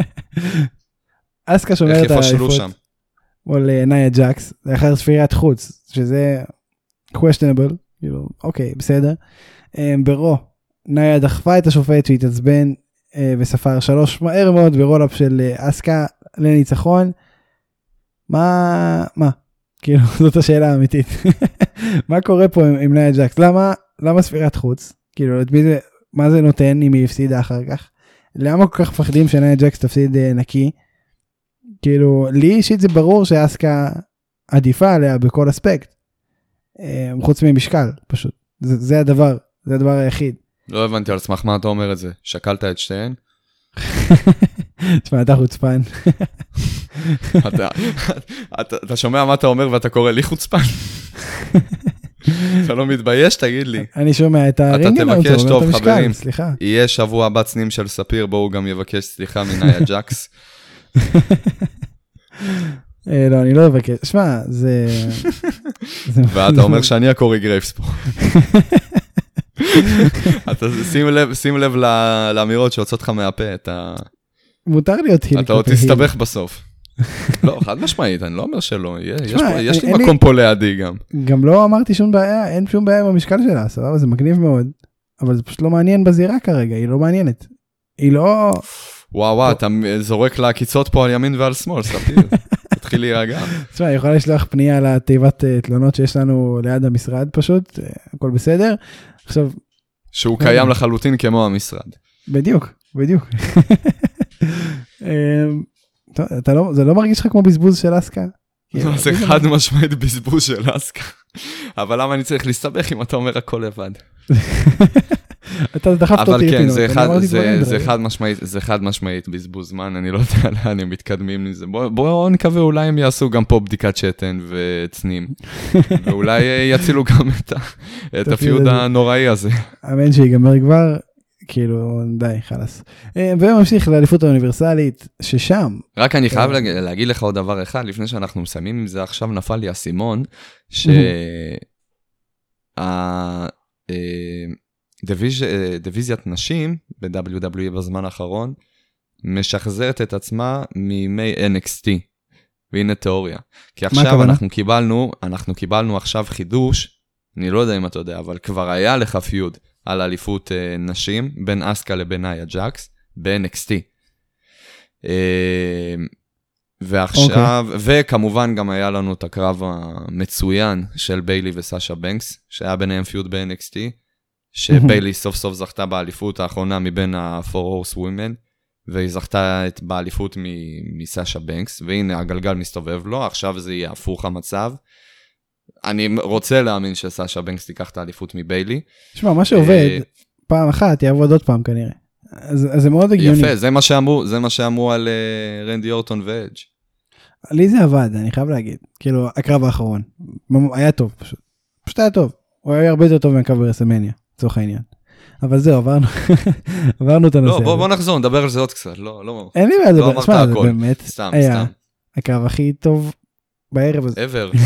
[SPEAKER 1] אסקה שומרת האליפות מול נאיה ג'קס, לאחר ספירת חוץ, שזה questionable, כאילו, אוקיי, בסדר. ברו, נאיה דחפה את השופט שהתעצבן וספר 3 מהר מאוד ברולאפ של אסקה לניצחון. מה? כאילו, זאת השאלה האמיתית. מה קורה פה עם נאיה ג'קס? למה ספירת חוץ? כאילו, מה זה נותן אם היא הפסידה אחר כך? למה כל כך מפחדים שנאיה ג'קס תפסיד נקי? כאילו, לי אישית זה ברור שאסקה עדיפה עליה בכל אספקט. חוץ ממשקל, פשוט. זה הדבר היחיד.
[SPEAKER 2] לא הבנתי על סמך מה אתה אומר את זה. שקלת את שתיהן?
[SPEAKER 1] תשמע, אתה חוצפן.
[SPEAKER 2] אתה שומע מה אתה אומר ואתה קורא לי חוצפן? אתה לא מתבייש, תגיד לי.
[SPEAKER 1] אני שומע את הרינגל,
[SPEAKER 2] אתה תבקש, טוב חברים, יהיה שבוע הבא צנים של ספיר, בואו גם יבקש סליחה מנאיה ג'קס.
[SPEAKER 1] לא, אני לא אבקש. שמע, זה...
[SPEAKER 2] ואתה אומר שאני הקורי גרייפס פה. שים לב לאמירות שיוצאות לך מהפה,
[SPEAKER 1] מותר להיות היל.
[SPEAKER 2] אתה עוד תסתבך בסוף. לא, חד משמעית, אני לא אומר שלא. יש לי מקום פה לידי גם.
[SPEAKER 1] גם לא אמרתי שום בעיה, אין שום בעיה עם המשקל שלה, סבבה, זה מגניב מאוד. אבל זה פשוט לא מעניין בזירה כרגע, היא לא מעניינת. היא לא...
[SPEAKER 2] וואו, אתה זורק לעקיצות פה על ימין ועל שמאל, ספיר. תתחיל להירגע.
[SPEAKER 1] תשמע, אני יכולה לשלוח פנייה לתיבת תלונות שיש לנו ליד המשרד פשוט, הכל בסדר. עכשיו...
[SPEAKER 2] שהוא קיים לחלוטין כמו המשרד.
[SPEAKER 1] בדיוק. זה לא מרגיש לך כמו בזבוז של אסקה?
[SPEAKER 2] זה חד משמעית בזבוז של אסקה. אבל למה אני צריך להסתבך אם אתה אומר הכל לבד?
[SPEAKER 1] אתה דחפת אותי
[SPEAKER 2] פינות. זה חד משמעית בזבוז זמן, אני לא יודע לאן הם מתקדמים לזה. בואו נקווה, אולי הם יעשו גם פה בדיקת שתן וצנים. ואולי יצילו גם את הפיוד הנוראי הזה.
[SPEAKER 1] אמן שיגמר כבר. כאילו, די, חלס. וממשיך לאליפות האוניברסלית, ששם...
[SPEAKER 2] רק אני חייב להגיד לך עוד דבר אחד, לפני שאנחנו מסיימים עם זה, עכשיו נפל לי הסימון, דיוויזיית נשים, ב-WWE בזמן האחרון, משחזרת את עצמה מימי NXT. והנה תיאוריה. כי עכשיו אנחנו קיבלנו עכשיו חידוש, אני לא יודע אם אתה יודע, אבל כבר היה לך פיוד. על אליפות נשים, בין אסקה לבין נאיה ג'קס, ב-NXT. ועכשיו, וכמובן גם היה לנו את הקרב המצוין של ביילי וסאשה בנקס, שהיה ביניהם פיוד ב-NXT, שביילי סוף סוף זכתה באליפות האחרונה מבין ה-4 Horse Women, והיא זכתה באליפות מסאשה בנקס, והנה הגלגל מסתובב לו, עכשיו זה יהיה הפוך המצב, אני רוצה להאמין שסאשה בנקס תיקח את האליפות מביילי.
[SPEAKER 1] תשמע, מה שעובד פעם אחת יעבוד עוד פעם כנראה. אז זה מאוד הגיוני.
[SPEAKER 2] יפה, זה מה שאמרו על רנדי אורטון ואדג'.
[SPEAKER 1] לי זה עבד, אני חייב להגיד. כאילו, הקרב האחרון. היה טוב פשוט. פשוט היה טוב. הוא היה הרבה יותר טוב מהקרב ברסלמניה, לצורך העניין. אבל זהו, עברנו את הנושא.
[SPEAKER 2] לא, בוא נחזור, נדבר על זה עוד קצת. לא,
[SPEAKER 1] אין לי בעיה לדבר,
[SPEAKER 2] אמרת הכל.
[SPEAKER 1] באמת היה הקרב הכי טוב בערב הזה.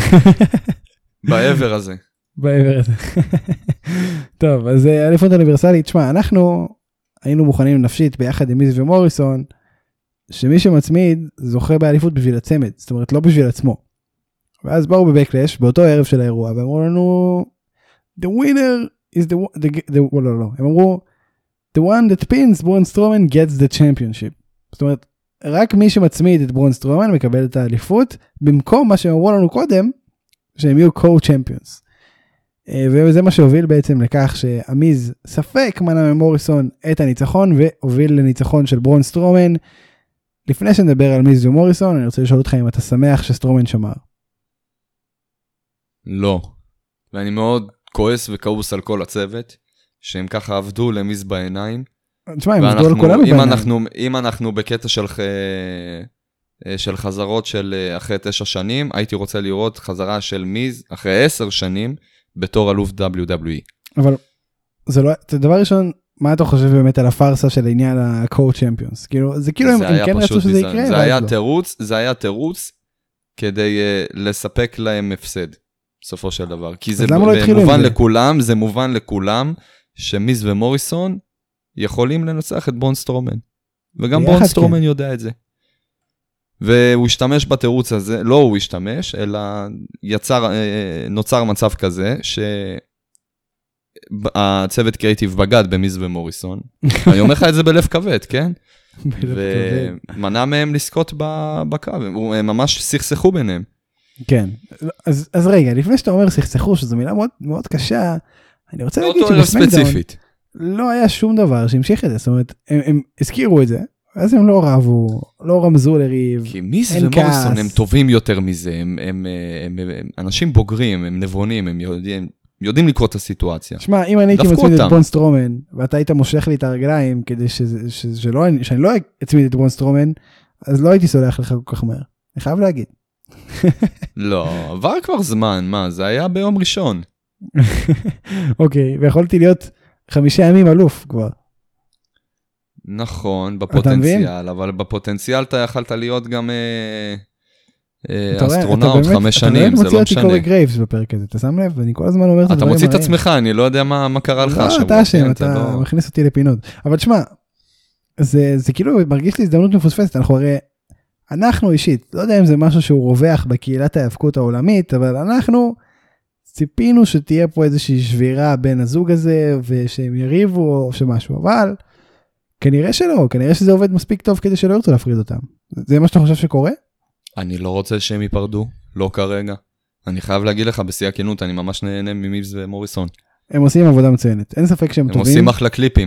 [SPEAKER 2] בעבר הזה.
[SPEAKER 1] בעבר הזה. טוב, אז אליפות אוניברסלית, תשמע, אנחנו היינו מוכנים נפשית ביחד עם מיז ומוריסון, שמי שמצמיד זוכה באליפות בשביל הצמד, זאת אומרת לא בשביל עצמו. ואז באו בבקלש, באותו ערב של האירוע, ואמרו לנו, the winner is לא, הם אמרו, the one that pins ברון סטרומן gets the championship. זאת אומרת, רק מי שמצמיד את ברון סטרומן מקבל את האליפות, במקום מה שהם אמרו לנו קודם, שהם יהיו co-champions. וזה מה שהוביל בעצם לכך שהמיז ספק מנע ממוריסון את הניצחון, והוביל לניצחון של ברון סטרומן. לפני שנדבר על מיז ומוריסון, אני רוצה לשאול אותך אם אתה שמח שסטרומן שמר.
[SPEAKER 2] לא. ואני מאוד כועס וכעוס על כל הצוות, שהם ככה עבדו למיז בעיניים.
[SPEAKER 1] תשמע, הם עבדו על כולנו בעיניים.
[SPEAKER 2] אם אנחנו בקטע של חזרות של אחרי 9 שנים, הייתי רוצה לראות חזרה של מיז אחרי 10 שנים, בתור אלוף WWE.
[SPEAKER 1] אבל זה דבר ראשון, מה אתה חושב באמת על הפרסה של העניין ה-co-champions? זה כאילו הם כן רצו שזה יקרה?
[SPEAKER 2] זה היה תירוץ כדי לספק להם הפסד, בסופו של דבר. כי זה מובן לכולם שמיז ומוריסון יכולים לנצח את ברון סטרומן. וגם ברון סטרומן יודע את זה. והוא השתמש בתירוץ הזה, לא הוא השתמש, אלא נוצר מצב כזה, שהצוות קריאיטיב בגד במיז ומוריסון. אני אומר לך את זה בלב כבד, כן? ומנע מהם לזכות בקרב, הם ממש סכסכו ביניהם.
[SPEAKER 1] כן, אז רגע, לפני שאתה אומר סכסכו, שזו מילה מאוד, מאוד קשה, אני רוצה להגיד שבסמקדאון לא היה שום דבר שהמשיך את זה, זאת אומרת, הם הזכירו את זה, אז הם לא רבו, לא רמזו לריב,
[SPEAKER 2] כי מיז ומוריסון הם טובים יותר מזה, הם אנשים בוגרים, הם נבונים, הם יודעים לקרוא את הסיטואציה.
[SPEAKER 1] שמע, אם אני הייתי מצמיד את ברון סטרומן, ואתה היית מושך לי את הרגליים, כדי שאני לא אצמיד את ברון סטרומן, אז לא הייתי סולח לך כל כך מהר. אני חייב להגיד.
[SPEAKER 2] לא, עבר כבר זמן, מה? זה היה ביום ראשון.
[SPEAKER 1] אוקיי, ויכולתי להיות 5 ימים אלוף כבר.
[SPEAKER 2] נכון, בפוטנציאל, אבל בפוטנציאל אתה יכלת להיות גם אסטרונאוט 5 שנים, זה לא משנה. אתה מוציא אותי קורי גרייבס בפרק הזה, אתה שם לב? ואני כל הזמן אומר את הדברים אתה מוציא את עצמך, אני לא יודע מה קרה לך.
[SPEAKER 1] לא, אתה אשם, אתה מכניס אותי לפינות. אבל תשמע, זה כאילו מרגיש לי הזדמנות מפוספסת, אנחנו אישית, לא יודע אם זה משהו שהוא רווח בקהילת ההאבקות העולמית, אבל אנחנו ציפינו שתהיה פה איזושהי שבירה בין הזוג הזה, ושהם יריבו או שמשהו, אבל כנראה שלא, כנראה שזה עובד מספיק טוב כדי שלא ירצו להפריד אותם. זה מה שאתה חושב שקורה?
[SPEAKER 2] אני לא רוצה שהם ייפרדו, לא כרגע. אני חייב להגיד לך בשיא הכנות, אני ממש נהנה ממיז ומוריסון.
[SPEAKER 1] הם עושים עבודה מצוינת, אין ספק שהם טובים.
[SPEAKER 2] הם עושים אחלה קליפים.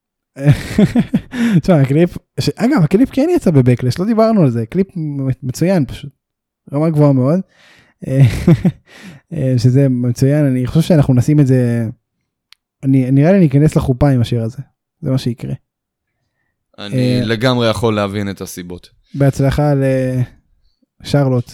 [SPEAKER 1] תשמע, הקליפ, אגב, הקליפ כן יצא בבקלש, לא דיברנו על זה, קליפ מצוין פשוט, רמה גבוהה מאוד, שזה מצוין, אני חושב שאנחנו נשים את זה, נראה לי ניכנס לחופה עם השיר הזה, זה מה שיקרה.
[SPEAKER 2] אני לגמרי יכול להבין את הסיבות.
[SPEAKER 1] בהצלחה לשרלוט.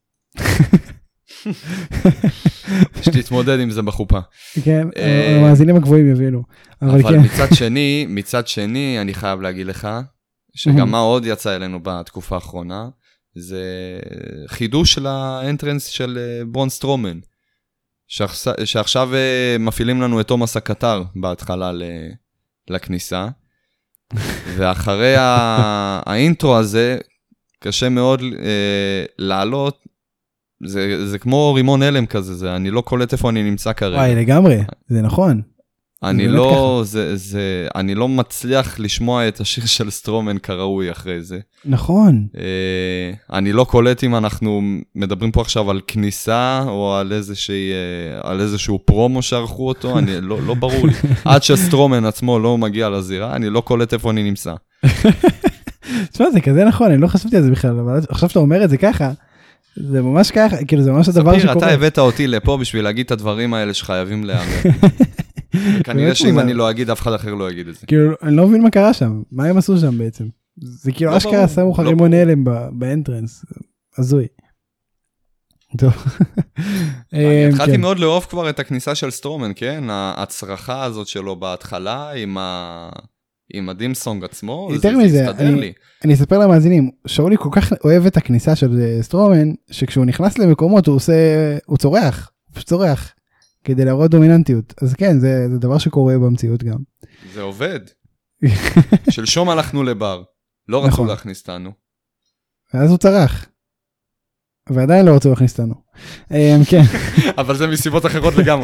[SPEAKER 2] שתתמודד עם זה בחופה.
[SPEAKER 1] כן, המאזינים הגבוהים יבינו.
[SPEAKER 2] אבל מצד שני, אני חייב להגיד לך, שגם מה עוד יצא אלינו בתקופה האחרונה, זה חידוש של האנטרנס של ברון סטרומן, שעכשיו מפעילים לנו את תומאס הקטר בהתחלה לכניסה, ואחרי האינטרו הזה, קשה מאוד לעלות, זה כמו רימון אלם כזה, אני לא קולט איפה אני נמצא כרגע.
[SPEAKER 1] וואי, לגמרי, זה נכון.
[SPEAKER 2] אני לא מצליח לשמוע את השיר של סטרומן כראוי אחרי זה. נכון. אני לא קולט אם אנחנו מדברים פה עכשיו על כניסה, או על איזשהו פרומו שערכו אותו, לא ברור לי. עד שסטרומן עצמו לא מגיע לזירה, אני לא קולט איפה אני נמצא.
[SPEAKER 1] תשמע, זה כזה נכון, אני לא חשבתי על זה בכלל, אבל עכשיו שאתה אומר את זה ככה, זה ממש ככה, כאילו זה ממש הדבר שקורה.
[SPEAKER 2] ספיר, אתה הבאת אותי לפה בשביל להגיד את הדברים האלה שחייבים להאמר. וכנראה שאם אני לא אגיד, אף אחד אחר לא יגיד את זה.
[SPEAKER 1] כאילו, אני לא מבין מה קרה שם, מה הם עשו שם בעצם? זה כאילו אשכרה שמו לך רימון הלם באנטרנס, הזוי. טוב.
[SPEAKER 2] אני התחלתי מאוד לאהוב כבר את הכניסה של סטרומן, כן? ההצרחה הזאת שלו בהתחלה עם הדימסונג עצמו,
[SPEAKER 1] יותר מזה, אני אספר למאזינים, שאולי כל כך אוהב את הכניסה של סטרומן, שכשהוא נכנס למקומות הוא צורח, הוא צורח, כדי להראות דומיננטיות. אז כן, זה דבר שקורה במציאות גם.
[SPEAKER 2] זה עובד. שלשום הלכנו לבר, לא רצו להכניס אותנו.
[SPEAKER 1] ואז הוא צרח. ועדיין לא רצו להכניס אותנו. כן.
[SPEAKER 2] אבל זה מסיבות אחרות לגמרי.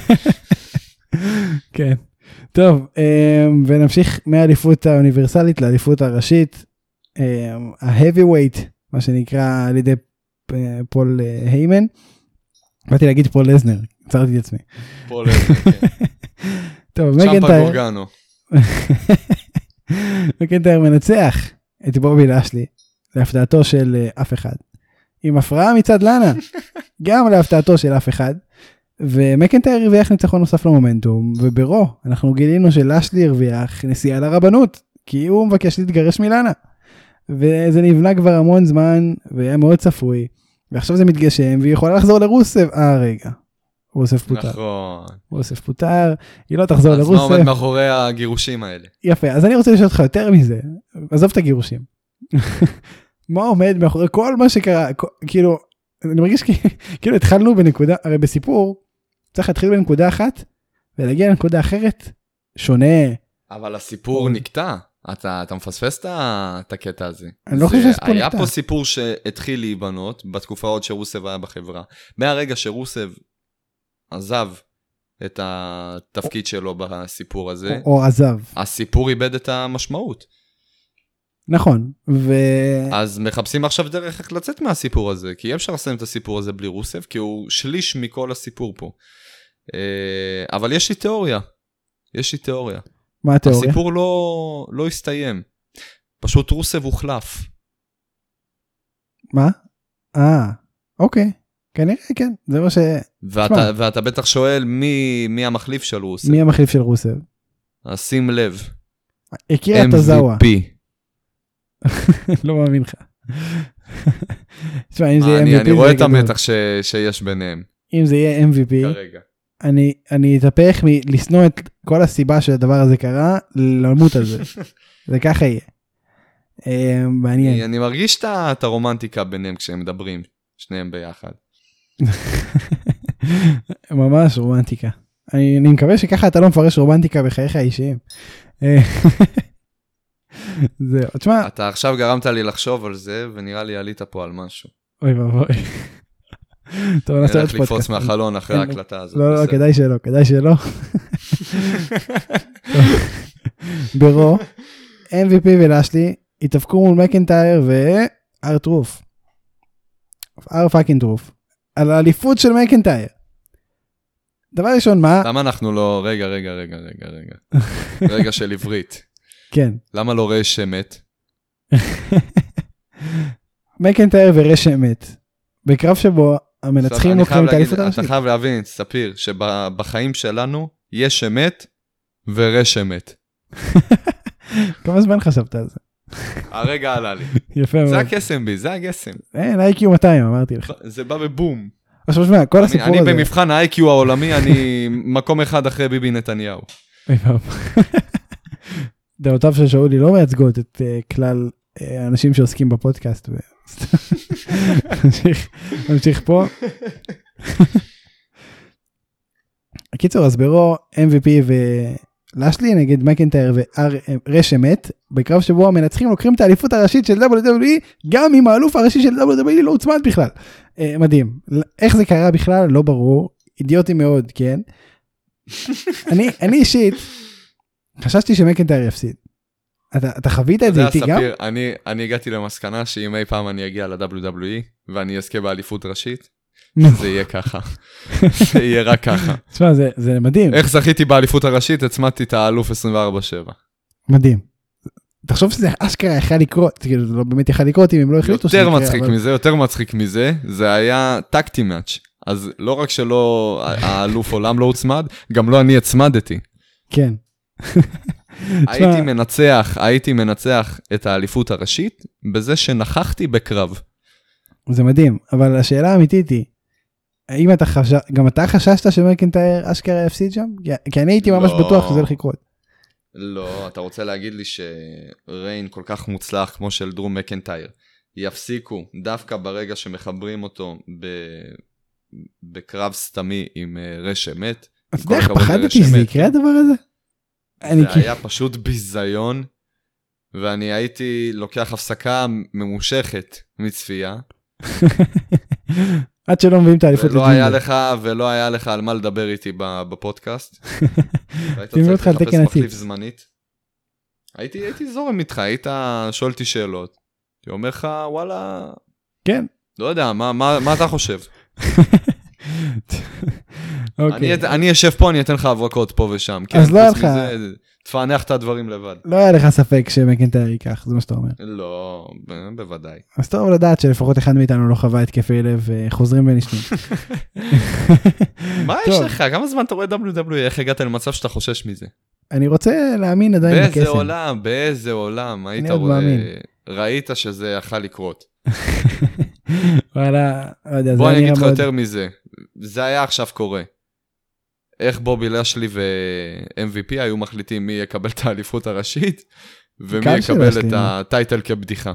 [SPEAKER 1] כן. טוב, ונמשיך מהאליפות האוניברסלית לאליפות הראשית. ה-heavyweight, מה שנקרא על ידי פול היימן. באתי להגיד פול לזנר, עצרתי את עצמי.
[SPEAKER 2] פול לזנר, כן.
[SPEAKER 1] טוב,
[SPEAKER 2] צ'מפה גורגנו.
[SPEAKER 1] מקנטייר מנצח את בובי לאשלי, להפתעתו של אף אחד. עם הפרעה מצד לאנה, גם להפתעתו של אף אחד. ומקנטייר הרוויח ניצחון נוסף למומנטום, וברו אנחנו גילינו שלאשלי הרוויח נסיעה לרבנות, כי הוא מבקש להתגרש מלאנה. וזה נבנה כבר המון זמן, והיה מאוד צפוי, ועכשיו זה מתגשם, והיא יכולה לחזור לרוסב. רגע, רוסב פוטר.
[SPEAKER 2] נכון.
[SPEAKER 1] רוסב פוטר, היא לא תחזור לרוסב.
[SPEAKER 2] אז מה עומד מאחורי הגירושים האלה?
[SPEAKER 1] יפה, אז אני רוצה לשאול אותך יותר מזה, עזוב את הגירושים. מה עומד מאחורי כל מה שקרה, כאילו, אני מרגיש כאילו התחלנו בנקודה, הרי בסיפור, צריך להתחיל בנקודה אחת, ולהגיע לנקודה אחרת, שונה.
[SPEAKER 2] אבל הסיפור נקטע, אתה מפספס את הקטע הזה.
[SPEAKER 1] אני לא חושב שפה נקטע.
[SPEAKER 2] היה פה סיפור שהתחיל להיבנות, בתקופה עוד שרוסב היה בחברה. מהרגע שרוסב עזב את התפקיד שלו בסיפור הזה,
[SPEAKER 1] או עזב.
[SPEAKER 2] הסיפור איבד את המשמעות.
[SPEAKER 1] נכון,
[SPEAKER 2] אז מחפשים עכשיו דרך איך לצאת מהסיפור הזה, כי אי אפשר לסיים את הסיפור הזה בלי רוסב, כי הוא שליש מכל הסיפור פה. אבל יש לי תיאוריה.
[SPEAKER 1] מה התיאוריה?
[SPEAKER 2] הסיפור לא הסתיים. פשוט רוסב הוחלף.
[SPEAKER 1] מה? אוקיי. כנראה, כן. זה מה ש...
[SPEAKER 2] ואתה בטח שואל מי המחליף של רוסב.
[SPEAKER 1] מי המחליף של רוסב?
[SPEAKER 2] אז שים לב.
[SPEAKER 1] אקירה טוזאווה.
[SPEAKER 2] MVP.
[SPEAKER 1] לא מאמין לך. תשמע, אם זה יהיה MVP,
[SPEAKER 2] אני רואה את המתח שיש ביניהם.
[SPEAKER 1] אם זה יהיה MVP,
[SPEAKER 2] כרגע.
[SPEAKER 1] אני אתהפך מלשנוא את כל הסיבה שהדבר הזה קרה, למות על זה. זה ככה יהיה. מעניין.
[SPEAKER 2] אני מרגיש את הרומנטיקה ביניהם כשהם מדברים, שניהם ביחד.
[SPEAKER 1] ממש רומנטיקה. אני מקווה שככה אתה לא מפרש רומנטיקה בחייך האישיים. זהו, תשמע.
[SPEAKER 2] אתה עכשיו גרמת לי לחשוב על זה, ונראה לי עלית פה על משהו.
[SPEAKER 1] אוי ואבוי. טוב, נעשה עוד
[SPEAKER 2] פודקאסט. נלך לקפוץ מהחלון אחרי ההקלטה הזאת.
[SPEAKER 1] לא, כדאי שלא. ברו, MVP ולאשלי, התאבקו מול מקנטייר וארטרוף. פאקינג על האליפות של מקנטייר. דבר ראשון, מה?
[SPEAKER 2] למה אנחנו לא... רגע. רגע של עברית.
[SPEAKER 1] כן.
[SPEAKER 2] למה לא רש אמת?
[SPEAKER 1] מקנטייר ורש אמת. בקרב שבו המנצחים לוקחים את האליפות הראשית.
[SPEAKER 2] אתה חייב להבין, ספיר, שבחיים שלנו יש אמת ורש אמת.
[SPEAKER 1] כמה זמן חשבת על זה?
[SPEAKER 2] הרגע עלה לי.
[SPEAKER 1] יפה מאוד.
[SPEAKER 2] זה הקסם בי, זה הגסם.
[SPEAKER 1] אין, ה-IQ 200, אמרתי לך.
[SPEAKER 2] זה בא בבום.
[SPEAKER 1] עכשיו שמע, כל הסיפור הזה...
[SPEAKER 2] אני במבחן ה-IQ העולמי, אני מקום אחד אחרי ביבי נתניהו.
[SPEAKER 1] דעותיו של שאולי לא מייצגות את כלל האנשים שעוסקים בפודקאסט. נמשיך פה. הקיצור, אז ברו, MVP ולאשלי נגד מקנטייר ורש אמת, בקרב שבו המנצחים לוקחים את האליפות הראשית של WWE, גם אם האלוף הראשי של WWE לא הוצמד בכלל. מדהים. איך זה קרה בכלל? לא ברור. אידיוטי מאוד, כן? אני אישית, חששתי שמקנטייר יפסיד. אתה חווית את זה איתי גם?
[SPEAKER 2] אני הגעתי למסקנה שאם אי פעם אני אגיע ל-WWE, ואני אזכה באליפות ראשית, זה יהיה ככה. זה יהיה רק ככה.
[SPEAKER 1] תשמע, זה מדהים.
[SPEAKER 2] איך זכיתי באליפות הראשית, הצמדתי את האלוף 24/7.
[SPEAKER 1] מדהים. תחשוב שזה אשכרה יכול לקרות, כאילו זה לא באמת יכול לקרות אם הם לא החליטו.
[SPEAKER 2] יותר מצחיק מזה, זה היה טקטי מאץ'. אז לא רק שלא האלוף עולם לא הוצמד, גם לא אני הצמדתי.
[SPEAKER 1] כן.
[SPEAKER 2] הייתי מנצח את האליפות הראשית, בזה שנכחתי בקרב.
[SPEAKER 1] זה מדהים, אבל השאלה האמיתית היא, האם גם אתה חששת שמקינטייר אשכרה יפסיד שם? כי אני הייתי ממש בטוח שזה הולך לקרות.
[SPEAKER 2] לא, אתה רוצה להגיד לי שריין כל כך מוצלח כמו של דרו מקינטייר, יפסיקו דווקא ברגע שמחברים אותו בקרב סתמי עם רשע מת?
[SPEAKER 1] אתה יודע איך פחדתי שזה יקרה הדבר הזה?
[SPEAKER 2] זה היה פשוט ביזיון, ואני הייתי לוקח הפסקה ממושכת מצפייה.
[SPEAKER 1] עד שלא מביאים את האליפות
[SPEAKER 2] ולא היה לך על מה לדבר איתי בפודקאסט. והיית
[SPEAKER 1] צריך
[SPEAKER 2] לחפש מחליף זמנית. הייתי זורם איתך, היית שואל אותי שאלות. אני אומר לך, וואלה...
[SPEAKER 1] כן.
[SPEAKER 2] לא יודע, מה אתה חושב? אני אשב פה, אני אתן לך הברקות פה ושם.
[SPEAKER 1] אז לא היה לך...
[SPEAKER 2] תפענח את הדברים לבד.
[SPEAKER 1] לא היה לך ספק שמקינטייר ייקח, זה מה שאתה אומר.
[SPEAKER 2] לא, בוודאי.
[SPEAKER 1] אז טוב לדעת שלפחות אחד מאיתנו לא חווה התקפי לב וחוזרים ונשנים.
[SPEAKER 2] מה יש לך? כמה זמן אתה רואה WWE? איך הגעת למצב שאתה חושש מזה?
[SPEAKER 1] אני רוצה להאמין עדיין בקסם.
[SPEAKER 2] באיזה עולם, היית רואה, ראית שזה יכול לקרות.
[SPEAKER 1] וואלה, לא יודע,
[SPEAKER 2] בוא אני אגיד לך יותר מזה. זה היה עכשיו קורה. איך בובי לשלי ו-MVP היו מחליטים מי יקבל את האליפות הראשית, ומי יקבל את הטייטל כבדיחה.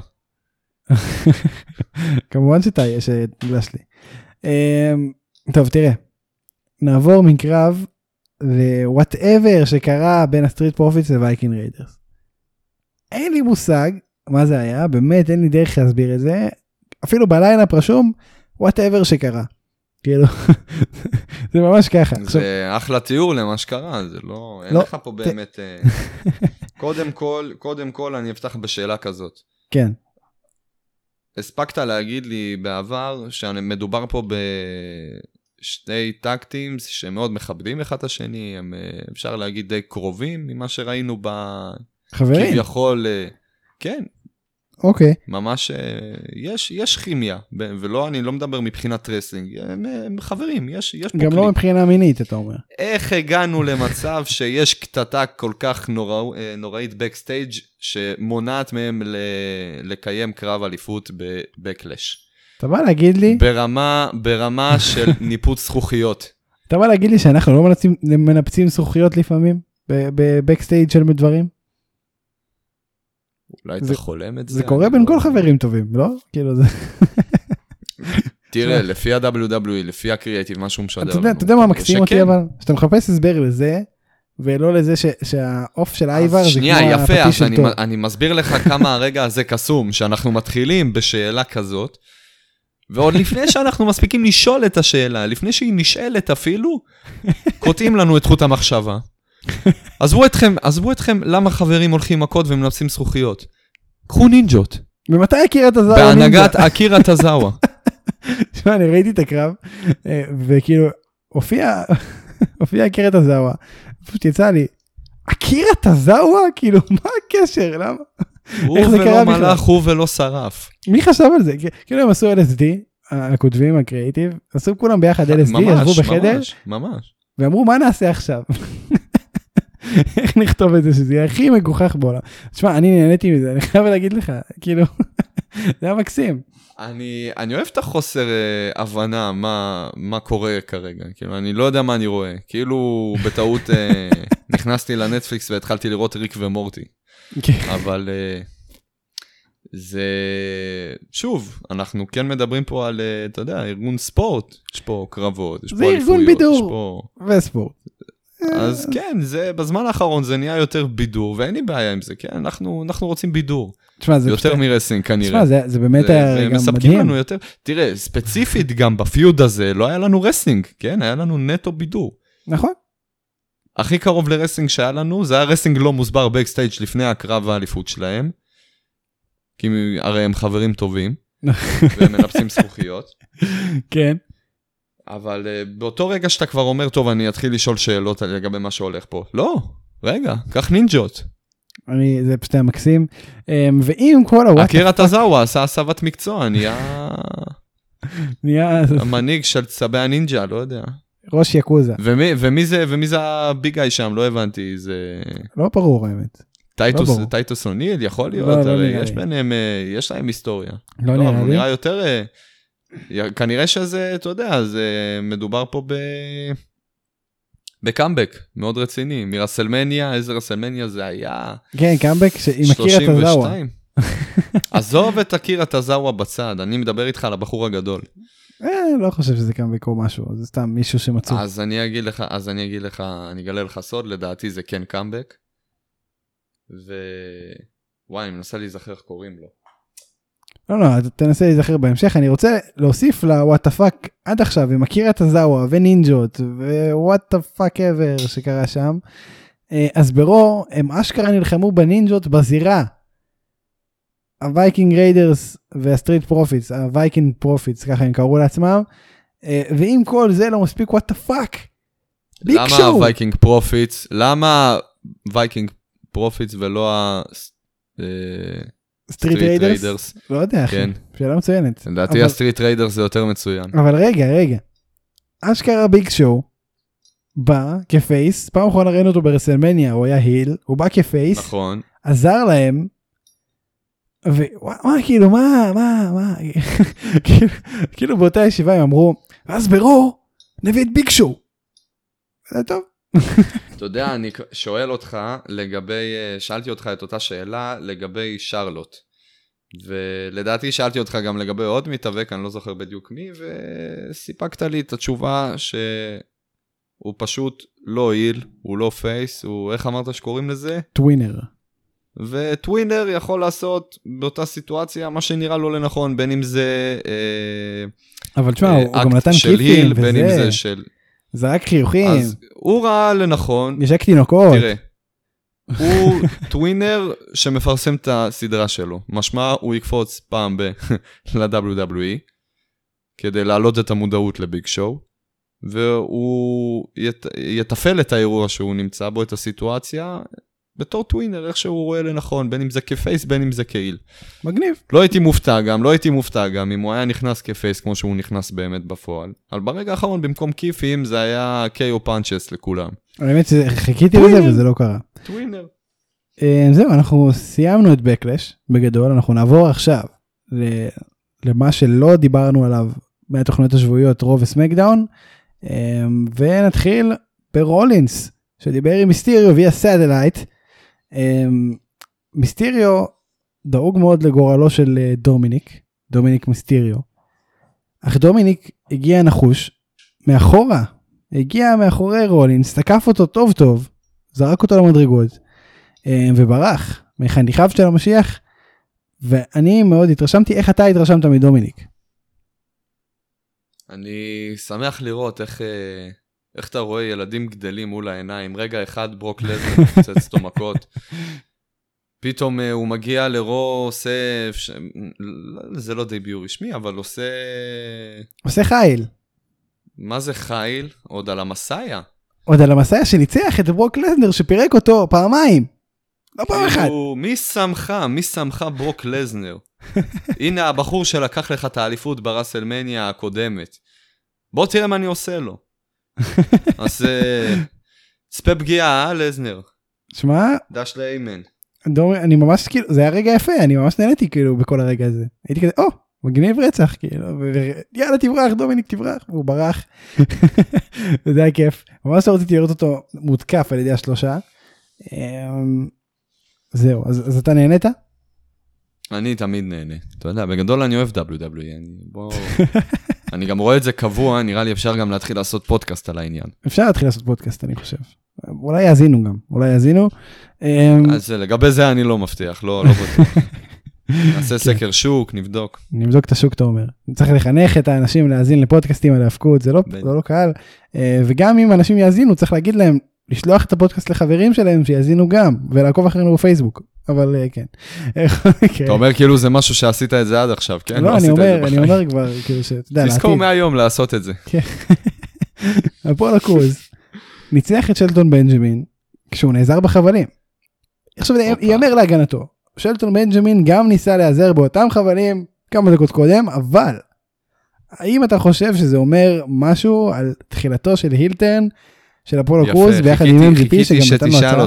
[SPEAKER 1] כמובן שלשלי. טוב, תראה. נעבור מקרב ל-whatever שקרה בין הסטריט פרופיטס לווייקינג ריידרס. אין לי מושג מה זה היה, באמת אין לי דרך להסביר את זה. אפילו בליינאפ רשום, whatever שקרה. כאילו, זה ממש ככה.
[SPEAKER 2] זה אחלה תיאור למה שקרה, זה לא, אין לך פה באמת, קודם כל אני אפתח בשאלה כזאת.
[SPEAKER 1] כן.
[SPEAKER 2] הספקת להגיד לי בעבר, שמדובר פה בשני טקטים שמאוד מכבדים אחד השני, הם אפשר להגיד די קרובים ממה שראינו
[SPEAKER 1] חברים.
[SPEAKER 2] כביכול, כן.
[SPEAKER 1] אוקיי.
[SPEAKER 2] ממש, יש כימיה, ולא, אני לא מדבר מבחינת רסלינג, הם חברים, יש פה
[SPEAKER 1] גם לא מבחינה מינית, אתה אומר.
[SPEAKER 2] איך הגענו למצב שיש קטטה כל כך נוראית בקסטייג' שמונעת מהם לקיים קרב אליפות בבקלש?
[SPEAKER 1] אתה בא להגיד לי?
[SPEAKER 2] ברמה של ניפוץ זכוכיות.
[SPEAKER 1] אתה בא להגיד לי שאנחנו לא מנפצים זכוכיות לפעמים, בבקסטייג' של דברים?
[SPEAKER 2] אולי אתה חולם את זה.
[SPEAKER 1] זה קורה בין כל חברים טובים, לא? כאילו זה...
[SPEAKER 2] תראה, לפי ה-WWE, לפי הקריאטיב, משהו משדר.
[SPEAKER 1] אתה יודע מה מקסים אותי אבל? שאתה מחפש הסבר לזה, ולא לזה שהאוף של האיבר זה כמו הפטיש של טוב.
[SPEAKER 2] אני מסביר לך כמה הרגע הזה קסום, שאנחנו מתחילים בשאלה כזאת, ועוד לפני שאנחנו מספיקים לשאול את השאלה, לפני שהיא נשאלת אפילו, קוטעים לנו את חוט המחשבה. עזבו אתכם למה חברים הולכים מכות ומנפסים זכוכיות. קחו נינג'ות.
[SPEAKER 1] ומתי אקירה טזאווה?
[SPEAKER 2] בהנהגת אקירה טזאווה.
[SPEAKER 1] תשמע, אני ראיתי את הקרב, וכאילו, הופיע אקירה טזאווה, פשוט יצא לי, אקירה טזאווה? כאילו, מה הקשר? למה?
[SPEAKER 2] הוא ולא מלאך, הוא ולא שרף.
[SPEAKER 1] מי חשב על זה? כאילו הם עשו LSD, הכותבים, הקריאיטיב, עשו כולם ביחד LSD, ישבו בחדר,
[SPEAKER 2] ממש.
[SPEAKER 1] ואמרו, מה נעשה עכשיו? איך נכתוב את זה, שזה יהיה הכי מגוחך בעולם. תשמע, אני נהניתי מזה, אני חייב להגיד לך, כאילו, זה היה מקסים.
[SPEAKER 2] אני אוהב את החוסר הבנה מה קורה כרגע, כאילו, אני לא יודע מה אני רואה, כאילו בטעות נכנסתי לנטפליקס והתחלתי לראות ריק ומורטי, אבל זה, שוב, אנחנו כן מדברים פה על, אתה יודע, ארגון ספורט, יש פה קרבות, יש פה אליפויות,
[SPEAKER 1] זה ארגון בידור וספורט.
[SPEAKER 2] אז כן, זה, בזמן האחרון זה נהיה יותר בידור, ואין לי בעיה עם זה, כן, אנחנו רוצים בידור. יותר מרסינג כנראה.
[SPEAKER 1] תשמע, זה באמת היה גם מדהים.
[SPEAKER 2] לנו יותר, תראה, ספציפית גם בפיוד הזה, לא היה לנו רסינג, כן, היה לנו נטו בידור.
[SPEAKER 1] נכון.
[SPEAKER 2] הכי קרוב לרסינג שהיה לנו, זה היה רסינג לא מוסבר בקסטייג' לפני הקרב האליפות שלהם, כי הרי הם חברים טובים, והם מנפסים זכוכיות.
[SPEAKER 1] כן.
[SPEAKER 2] אבל באותו רגע שאתה כבר אומר, טוב, אני אתחיל לשאול שאלות לגבי מה שהולך פה. לא, רגע, קח נינג'ות.
[SPEAKER 1] זה פשוט היה מקסים. ואם כל הוואט...
[SPEAKER 2] אקירה טזאווה עשה הסבת מקצוע, נהיה המנהיג של צבי הנינג'ה, לא יודע.
[SPEAKER 1] ראש יקוזה.
[SPEAKER 2] ומי זה הביג גאי שם? לא הבנתי, זה...
[SPEAKER 1] לא ברור האמת.
[SPEAKER 2] טייטוס אוניל, יכול להיות, הרי יש ביניהם, יש להם היסטוריה.
[SPEAKER 1] לא נראה לי.
[SPEAKER 2] נראה יותר כנראה שזה, אתה יודע, זה מדובר פה בקאמבק מאוד רציני, מרסלמניה, איזה רסלמניה זה היה?
[SPEAKER 1] כן, קאמבק עם אקירה טזאווה.
[SPEAKER 2] עזוב את אקירה טזאווה בצד, אני מדבר איתך על הבחור הגדול.
[SPEAKER 1] לא חושב שזה קאמבק או משהו, זה סתם מישהו שמצאו.
[SPEAKER 2] אז אני אגיד לך, אני אגלה לך סוד, לדעתי זה כן קאמבק. וואי, אני מנסה להיזכר איך קוראים לו.
[SPEAKER 1] לא, תנסה להיזכר בהמשך, אני רוצה להוסיף ל-what the fuck עד עכשיו, עם אקירה טזאווה ונינג'ות, ו-what the fuck ever שקרה שם. אז ברו, הם אשכרה נלחמו בנינג'ות בזירה. הווייקינג ריידרס והסטריט פרופיטס, הווייקינג פרופיטס, ככה הם קראו לעצמם, ואם כל זה לא מספיק, what the fuck?
[SPEAKER 2] למה הווייקינג פרופיטס? למה הווייקינג פרופיטס ולא
[SPEAKER 1] סטריט ריידרס? לא יודע, אחי. שאלה מצוינת.
[SPEAKER 2] לדעתי הסטריט ריידרס זה יותר מצוין.
[SPEAKER 1] אבל רגע. אשכרה ביג שואו, בא כפייס, פעם אחרונה ראינו אותו ברסלמניה, הוא היה היל, הוא בא כפייס,
[SPEAKER 2] נכון.
[SPEAKER 1] עזר להם, ומה, כאילו, מה, כאילו באותה ישיבה הם אמרו, אז ברו, נביא את ביג שואו. זה טוב.
[SPEAKER 2] אתה יודע, אני שואל אותך שאלתי אותך את אותה שאלה לגבי שרלוט, ולדעתי שאלתי אותך גם לגבי עוד מתאבק, אני לא זוכר בדיוק מי, וסיפקת לי את התשובה שהוא פשוט לא היל, הוא לא פייס, הוא, איך אמרת שקוראים לזה?
[SPEAKER 1] טווינר.
[SPEAKER 2] וטווינר יכול לעשות באותה סיטואציה מה שנראה לו לנכון, בין אם זה
[SPEAKER 1] אבל תשמע, הוא גם נתן קיפים וזה. בין אם זה של... זה רק חיוכים.
[SPEAKER 2] אז הוא ראה לנכון.
[SPEAKER 1] נשק תינוקות.
[SPEAKER 2] תראה, הוא טווינר שמפרסם את הסדרה שלו. משמע, הוא יקפוץ פעם ל-WWE, כדי להעלות את המודעות לביג שואו, והוא יתפעל את האירוע שהוא נמצא בו, את הסיטואציה, בתור טווינר, איך שהוא רואה לנכון, בין אם זה כפייס, בין אם זה קהיל.
[SPEAKER 1] מגניב.
[SPEAKER 2] לא הייתי מופתע גם, אם הוא היה נכנס כפייס, כמו שהוא נכנס באמת בפועל. אבל ברגע האחרון, במקום קיפים, זה היה KO פאנצ'ס לכולם.
[SPEAKER 1] האמת שחיכיתי לזה וזה לא קרה.
[SPEAKER 2] טווינר.
[SPEAKER 1] זהו, אנחנו סיימנו את בקלש, בגדול, אנחנו נעבור עכשיו למה שלא דיברנו עליו, מהתוכניות השבועיות, רו וסמקדאון, ונתחיל ברולינס, שדיבר עם מיסטריו via satellite. מיסטריו דאוג מאוד לגורלו של דומיניק מיסטריו, אך דומיניק הגיע נחוש הגיע מאחורי רולינס, תקף אותו טוב, זרק אותו למדרגות, וברח מחניכיו של המשיח, ואני מאוד התרשמתי. איך אתה התרשמת מדומיניק?
[SPEAKER 2] אני שמח לראות איך אתה רואה ילדים גדלים מול העיניים, רגע אחד ברוק לזנר מפצץ אותו מכות, פתאום הוא מגיע לרו, עושה, זה לא דביוט רשמי, אבל עושה
[SPEAKER 1] חיל.
[SPEAKER 2] מה זה חיל? עוד על המסאיה
[SPEAKER 1] שניצח את ברוק לזנר, שפירק אותו פעמיים, לא פעם אחת.
[SPEAKER 2] מי שמך ברוק לזנר? הנה הבחור שלקח לך את האליפות ברסלמניה הקודמת, בוא תראה מה אני עושה לו. אז צפה פגיעה, לזנר.
[SPEAKER 1] שמע,
[SPEAKER 2] דש לאיימן.
[SPEAKER 1] אני ממש כאילו, זה היה רגע יפה, אני ממש נהניתי כאילו בכל הרגע הזה. הייתי כזה, מגניב רצח, כאילו, יאללה תברח, דומיניק תברח, והוא ברח. וזה היה כיף. ממש רציתי לראות אותו מותקף על ידי השלושה. זהו, אז אתה נהנית?
[SPEAKER 2] אני תמיד נהנה. אתה יודע, בגדול אני אוהב WWE. אני גם רואה את זה קבוע, נראה לי אפשר גם להתחיל לעשות פודקאסט על העניין.
[SPEAKER 1] אפשר להתחיל לעשות פודקאסט, אני חושב. אולי יאזינו גם,
[SPEAKER 2] אז לגבי זה אני לא מבטיח, לא בטוח. נעשה סקר שוק, נבדוק.
[SPEAKER 1] נבדוק את השוק, אתה אומר. צריך לחנך את האנשים להאזין לפודקאסטים על ההפקות, זה לא קל. וגם אם אנשים יאזינו, צריך להגיד להם, לשלוח את הפודקאסט לחברים שלהם, שיאזינו גם, ולעקוב אחרינו בפייסבוק. אבל כן.
[SPEAKER 2] אתה אומר כאילו זה משהו שעשית את זה עד עכשיו, כן?
[SPEAKER 1] לא, אני אומר כבר, כאילו
[SPEAKER 2] תזכור מהיום לעשות את זה.
[SPEAKER 1] הפועל הקרוז ניצח את שלטון בנג'מין, כשהוא נעזר בחבלים. עכשיו, יאמר להגנתו. שלטון בנג'מין גם ניסה להיעזר באותם חבלים כמה דקות קודם, אבל האם אתה חושב שזה אומר משהו על תחילתו של הילטרן, של הפועל הקרוז, ביחד עם MVP שגם נתן לו הצעה?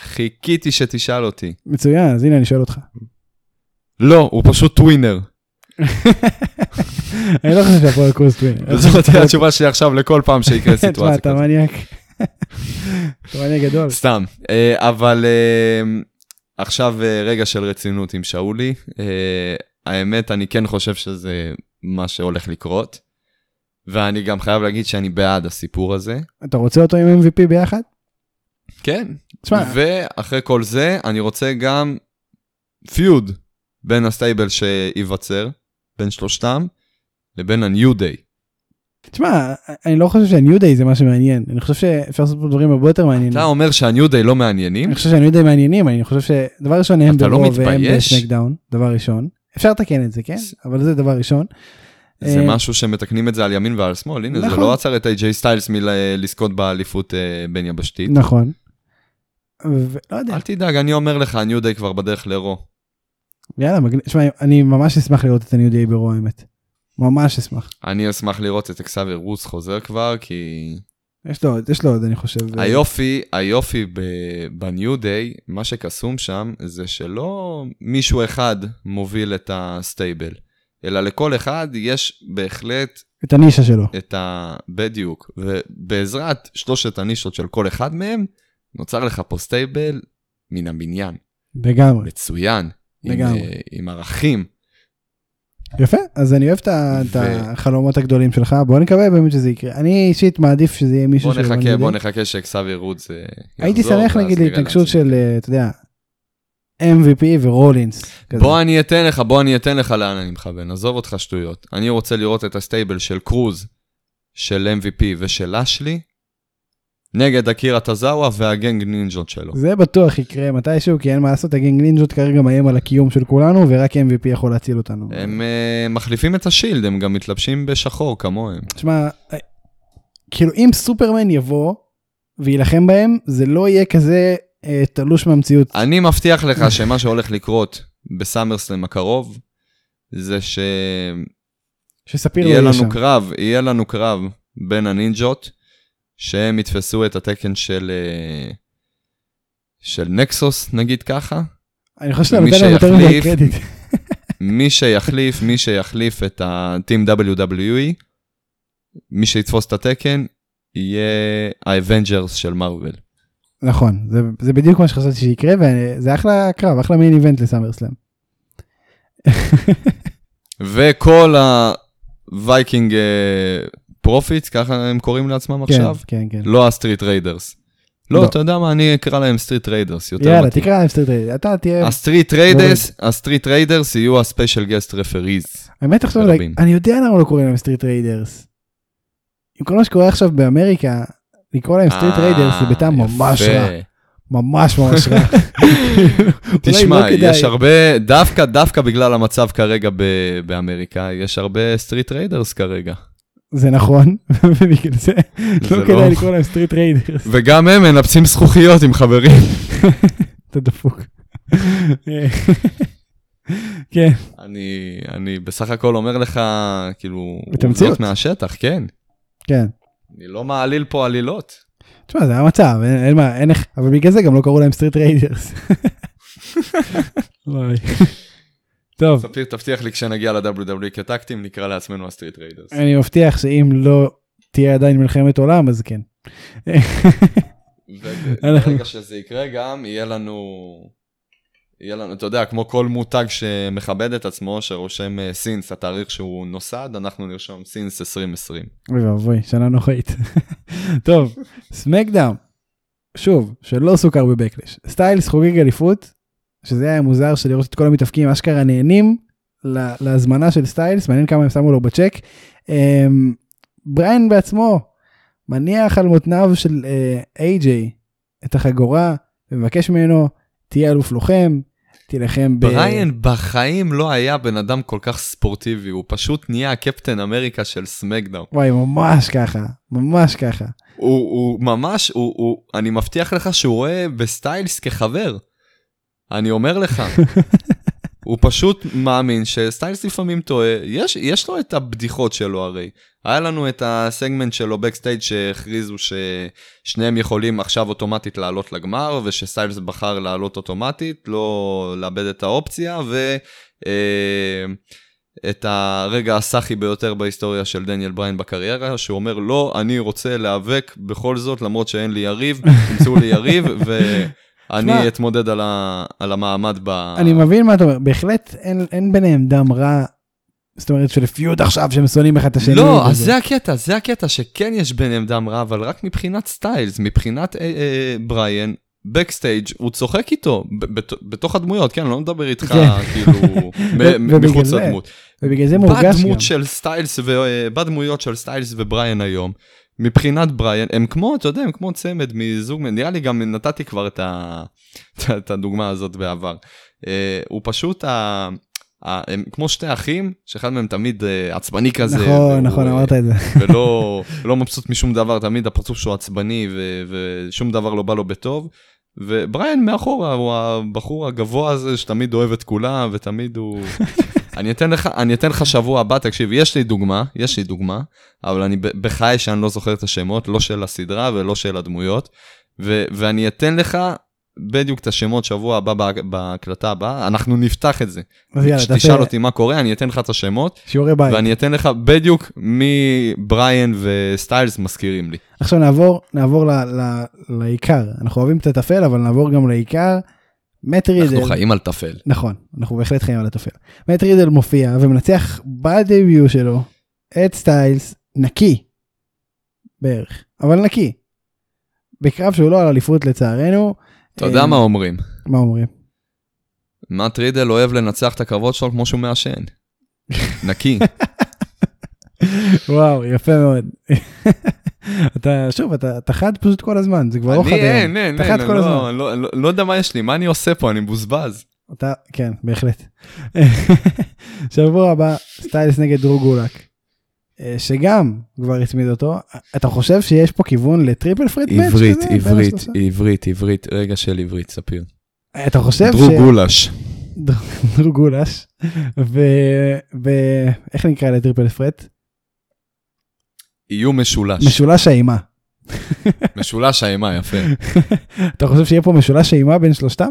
[SPEAKER 2] חיכיתי שתשאל אותי.
[SPEAKER 1] מצוין, אז הנה אני שואל אותך.
[SPEAKER 2] לא, הוא פשוט טווינר.
[SPEAKER 1] אני לא חושב שהפועל קרוס טווין.
[SPEAKER 2] וזאת תהיה התשובה שלי עכשיו לכל פעם שיקרה סיטואציה כזאת.
[SPEAKER 1] אתה מניאק. אתה מניאק גדול.
[SPEAKER 2] סתם, אבל עכשיו רגע של רצינות עם שאולי. האמת, אני כן חושב שזה מה שהולך לקרות. ואני גם חייב להגיד שאני בעד הסיפור הזה.
[SPEAKER 1] אתה רוצה אותו עם MVP ביחד?
[SPEAKER 2] כן. ואחרי כל זה, אני רוצה גם פיוד בין הסטייבל שיווצר, בין שלושתם, לבין ה-New Day.
[SPEAKER 1] תשמע, אני לא חושב שה-New Day זה מה שמעניין. אני חושב שאפשר לעשות פה דברים הרבה יותר מעניינים.
[SPEAKER 2] אתה אומר שה-New Day לא מעניינים?
[SPEAKER 1] אני חושב שה-New Day מעניינים. אני חושב שדבר ראשון הם ברוב והם בסמקדאון. דבר ראשון. אפשר לתקן את זה, כן? אבל זה דבר ראשון.
[SPEAKER 2] זה משהו שמתקנים את זה על ימין ועל שמאל. הנה, זה לא עצר את AJ סטיילס מלזכות באליפות בין יבשתית.
[SPEAKER 1] נכון. לא יודע.
[SPEAKER 2] אל תדאג, אני אומר לך, ה-New Day כבר בדרך לרו.
[SPEAKER 1] יאללה, תשמע, אני ממש אשמח לראות את ה-New Day ברו, האמת. ממש אשמח.
[SPEAKER 2] אני אשמח לראות את אקסאבייר רוץ חוזר כבר, כי...
[SPEAKER 1] יש לו עוד, אני חושב.
[SPEAKER 2] היופי ב-New Day, מה שקסום שם, זה שלא מישהו אחד מוביל את הסטייבל, אלא לכל אחד יש בהחלט...
[SPEAKER 1] את הנישה שלו.
[SPEAKER 2] בדיוק. ובעזרת שלושת הנישות של כל אחד מהם, נוצר לך פה סטייבל מן הבניין.
[SPEAKER 1] לגמרי.
[SPEAKER 2] מצוין. עם ערכים.
[SPEAKER 1] יפה, אז אני אוהב את החלומות הגדולים שלך, בוא נקווה באמת שזה יקרה. אני אישית מעדיף שזה יהיה מישהו
[SPEAKER 2] בוא נחכה שאקסאבייר רוץ יחזור.
[SPEAKER 1] הייתי שמח נגיד להתנגשות של, אתה יודע, MVP ורולינס.
[SPEAKER 2] בוא אני אתן לך לאן אני מכוון, עזוב אותך שטויות. אני רוצה לראות את הסטייבל של קרוז, של MVP ושל אשלי, נגד אקירה טזאווה והגנג נינג'ות שלו.
[SPEAKER 1] זה בטוח יקרה מתישהו, כי אין מה לעשות, הגנג נינג'ות כרגע מאיים על הקיום של כולנו, ורק MVP יכול להציל אותנו.
[SPEAKER 2] הם מחליפים את השילד, הם גם מתלבשים בשחור כמוהם.
[SPEAKER 1] תשמע, כאילו אם סופרמן יבוא וילחם בהם, זה לא יהיה כזה תלוש מהמציאות.
[SPEAKER 2] אני מבטיח לך שמה שהולך לקרות בסאמרסלאם הקרוב, זה יהיה לנו קרב בין הנינג'ות, שהם יתפסו את התקן של נקסוס, נגיד ככה.
[SPEAKER 1] אני חושב שאתה נותן להם יותר מדי קרדיט.
[SPEAKER 2] מי שיחליף את ה-Team WWE, מי שיתפוס את התקן, יהיה ה-Avengers של מרוול.
[SPEAKER 1] נכון, זה בדיוק מה שחשבתי שיקרה, וזה אחלה קרב, אחלה מיין איבנט לסאמרסלאם.
[SPEAKER 2] וכל הווייקינג פרופיטס, ככה הם קוראים לעצמם עכשיו?
[SPEAKER 1] כן.
[SPEAKER 2] לא הסטריט ריידרס. לא, אתה יודע מה, אני אקרא להם סטריט ריידרס.
[SPEAKER 1] יאללה, תקרא להם סטריט ריידרס. אתה תהיה...
[SPEAKER 2] הסטריט ריידרס יהיו הספיישל גסט רפריז.
[SPEAKER 1] האמת עכשיו, אני יודע למה לא קוראים להם סטריט ריידרס. עם כל מה שקורה עכשיו באמריקה, לקרוא להם סטריט ריידרס זה ביתם ממש רע. ממש רע.
[SPEAKER 2] תשמע, יש הרבה, דווקא בגלל המצב כרגע באמריקה, יש הרבה סטריט ריידרס כרגע.
[SPEAKER 1] זה נכון, ובגלל זה לא כדאי לקרוא להם סטריט ריידרס.
[SPEAKER 2] וגם הם מנפצים זכוכיות עם חברים.
[SPEAKER 1] אתה דפוק. כן.
[SPEAKER 2] אני בסך הכל אומר לך, כאילו,
[SPEAKER 1] בתמציות
[SPEAKER 2] מהשטח, כן.
[SPEAKER 1] כן.
[SPEAKER 2] אני לא מעליל פה עלילות.
[SPEAKER 1] תשמע, זה המצב, אין מה, אבל בגלל זה גם לא קראו להם סטריט ריידרס. טוב.
[SPEAKER 2] ספיר, תבטיח לי כשנגיע ל-WWE כטקטים, נקרא לעצמנו הסטריט ריידרס.
[SPEAKER 1] אני מבטיח שאם לא תהיה עדיין מלחמת עולם, אז כן.
[SPEAKER 2] וברגע שזה יקרה גם, יהיה לנו, אתה יודע, כמו כל מותג שמכבד את עצמו, שרושם סינס, התאריך שהוא נוסד, אנחנו נרשום סינס 2020.
[SPEAKER 1] אוי, שנה נוראית. טוב, סמקדאון, שוב, שלא סוכר בבקלש. סטיילס חוגג אליפות, שזה היה מוזר של לראות את כל המתאפקים, אשכרה נהנים להזמנה של סטיילס, מעניין כמה הם שמו לו בצ'ק. בריין בעצמו מניח על מותניו של AJ את החגורה, ומבקש ממנו, תהיה אלוף לוחם, תלחם
[SPEAKER 2] בריין בחיים לא היה בן אדם כל כך ספורטיבי, הוא פשוט נהיה הקפטן אמריקה של סמקדאון.
[SPEAKER 1] וואי, ממש ככה, ממש ככה.
[SPEAKER 2] הוא ממש, אני מבטיח לך שהוא רואה בסטיילס כחבר. אני אומר לך, הוא פשוט מאמין שסטיילס לפעמים טועה, יש לו את הבדיחות שלו הרי. היה לנו את הסגמנט שלו בקסטייג' שהכריזו ששניהם יכולים עכשיו אוטומטית לעלות לגמר, ושסטיילס בחר לעלות אוטומטית, לא לאבד את האופציה, את הרגע הסחי ביותר בהיסטוריה של דניאל בריין בקריירה, שהוא אומר, לא, אני רוצה להיאבק בכל זאת, למרות שאין לי יריב, תמצאו לי יריב, ואני אתמודד על המעמד
[SPEAKER 1] אני מבין מה אתה אומר, בהחלט אין ביניהם דם רע, זאת אומרת של פיוד עכשיו שהם שונאים אחד את השני.
[SPEAKER 2] לא, אז זה הקטע שכן יש ביניהם דם רע, אבל רק מבחינת סטיילס, מבחינת בריין, בקסטייג' הוא צוחק איתו, בתוך הדמויות, כן, אני לא מדבר איתך כאילו מחוץ לדמות.
[SPEAKER 1] ובגלל זה מורגש גם.
[SPEAKER 2] בדמויות של סטיילס ובריין היום, מבחינת בריין, הם כמו, אתה יודע, הם כמו צמד מזוג, נראה לי גם נתתי כבר את הדוגמה הזאת בעבר. הוא פשוט הם כמו שתי אחים, שאחד מהם תמיד עצבני כזה.
[SPEAKER 1] נכון, אמרת את זה.
[SPEAKER 2] ולא מבסוט משום דבר, תמיד הפרצוף שהוא עצבני, ושום דבר לא בא לו בטוב. ובריין מאחורה, הוא הבחור הגבוה הזה, שתמיד אוהב את כולם, ותמיד הוא... אני אתן לך שבוע הבא, תקשיב, יש לי דוגמה, אבל אני בחיי שאני לא זוכר את השמות, לא של הסדרה ולא של הדמויות, ואני אתן לך... בדיוק את השמות שבוע הבא בהקלטה הבאה, אנחנו נפתח את זה. שתשאל אותי מה קורה, אני אתן לך את השמות, ואני אתן לך בדיוק מי בריין וסטיילס מזכירים לי.
[SPEAKER 1] עכשיו נעבור לעיקר, אנחנו אוהבים את התפל, אבל נעבור גם לעיקר. מאט רידל.
[SPEAKER 2] אנחנו חיים על תפל.
[SPEAKER 1] נכון, אנחנו בהחלט חיים על התפל. מאט רידל מופיע ומנצח בדביוט שלו את סטיילס נקי, בערך, אבל נקי. בקרב שהוא לא על אליפות לצערנו,
[SPEAKER 2] אתה יודע מה אומרים?
[SPEAKER 1] מה אומרים?
[SPEAKER 2] מאט רידל אוהב לנצח את הקרבות שלו כמו שהוא מעשן. נקי.
[SPEAKER 1] וואו, יפה מאוד. אתה חד פשוט כל הזמן, זה כבר לא חד היום. אתה חד כל הזמן.
[SPEAKER 2] לא יודע מה יש לי, מה אני עושה פה, אני מבוזבז.
[SPEAKER 1] כן, בהחלט. שבוע הבא, סטיילס נגד דרו גולק. שגם כבר הצמיד אותו, אתה חושב שיש פה כיוון לטריפל פריט מאץ' כזה?
[SPEAKER 2] עברית, רגע של עברית, ספיר.
[SPEAKER 1] אתה חושב דרו גולש, ואיך נקרא לטריפל פריט?
[SPEAKER 2] איום משולש.
[SPEAKER 1] משולש האימה.
[SPEAKER 2] משולש האימה, יפה.
[SPEAKER 1] אתה חושב שיהיה פה משולש האימה בין שלושתם?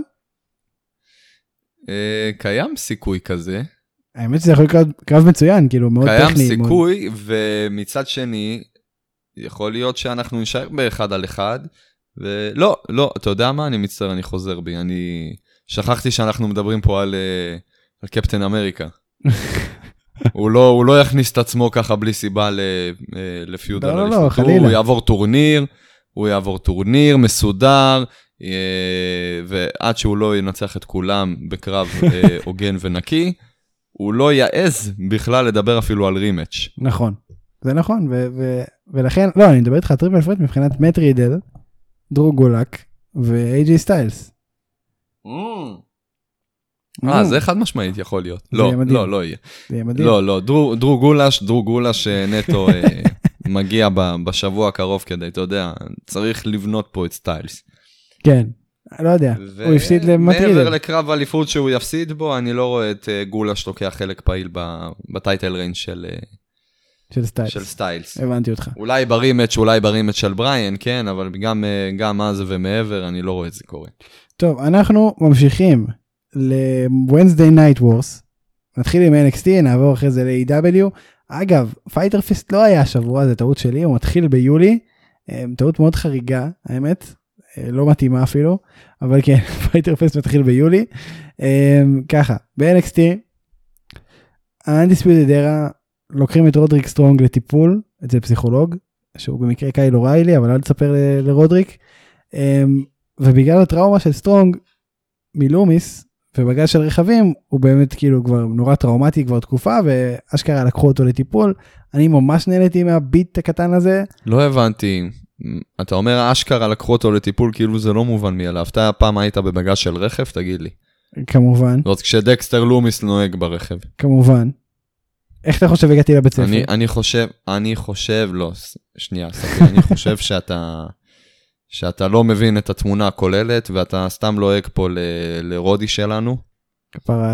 [SPEAKER 2] קיים סיכוי כזה.
[SPEAKER 1] האמת שזה יכול להיות קרב מצוין, כאילו מאוד טכני.
[SPEAKER 2] קיים סיכוי, ומצד שני, יכול להיות שאנחנו נשאר באחד על אחד, ולא, אתה יודע מה? אני מצטער, אני חוזר בי, אני שכחתי שאנחנו מדברים פה על קפטן אמריקה. הוא לא יכניס את עצמו ככה בלי סיבה לפיוד על אליפות. הוא יעבור טורניר מסודר, ועד שהוא לא ינצח את כולם בקרב הוגן ונקי, הוא לא יעז בכלל לדבר אפילו על רימץ'.
[SPEAKER 1] נכון, זה נכון, ולכן, לא, אני מדבר איתך טריפל פריט מבחינת מאט רידל, דרו גולק ו-AJ סטיילס.
[SPEAKER 2] זה חד משמעית יכול להיות. לא יהיה. לא, דרו גולש נטו מגיע בשבוע הקרוב כדי, אתה יודע, צריך לבנות פה את סטיילס.
[SPEAKER 1] כן. לא יודע, הוא הפסיד למאט רידל.
[SPEAKER 2] מעבר לקרב אליפות שהוא יפסיד בו, אני לא רואה את גולש לוקח חלק פעיל בטייטל ריינג' של סטיילס.
[SPEAKER 1] הבנתי אותך.
[SPEAKER 2] אולי ברימץ' של בריין, כן, אבל גם אז ומעבר, אני לא רואה את זה קורה.
[SPEAKER 1] טוב, אנחנו ממשיכים ל-Wednesday Night Wars. נתחיל עם NXT, נעבור אחרי זה ל-AEW. אגב, פייטר פיסט לא היה השבוע, זה טעות שלי, הוא מתחיל ביולי. טעות מאוד חריגה, האמת. לא מתאימה אפילו, אבל כן, פייטר פיסט מתחיל ביולי. ככה, ב-NXT, ה-Undisputed Era לוקחים את רודריק סטרונג לטיפול, אצל פסיכולוג, שהוא במקרה קייל אוריילי, אבל אל תספר לרודריק, ובגלל הטראומה של סטרונג, מלומיס, ובגלל של רכבים, הוא באמת כאילו כבר נורא טראומטי כבר תקופה, ואשכרה לקחו אותו לטיפול. אני ממש נהניתי מהביט הקטן הזה.
[SPEAKER 2] לא הבנתי. אתה אומר, אשכרה לקחו אותו לטיפול, כאילו זה לא מובן מאליו. אתה פעם היית בבגז של רכב, תגיד לי.
[SPEAKER 1] כמובן.
[SPEAKER 2] זאת כשדקסטר לומיס נוהג ברכב.
[SPEAKER 1] כמובן. איך אתה חושב הגעתי לבית ספר?
[SPEAKER 2] אני חושב, לא, שנייה, ספר, אני חושב שאתה לא מבין את התמונה הכוללת, ואתה סתם לועג פה לרודי שלנו.
[SPEAKER 1] כפרה עליו.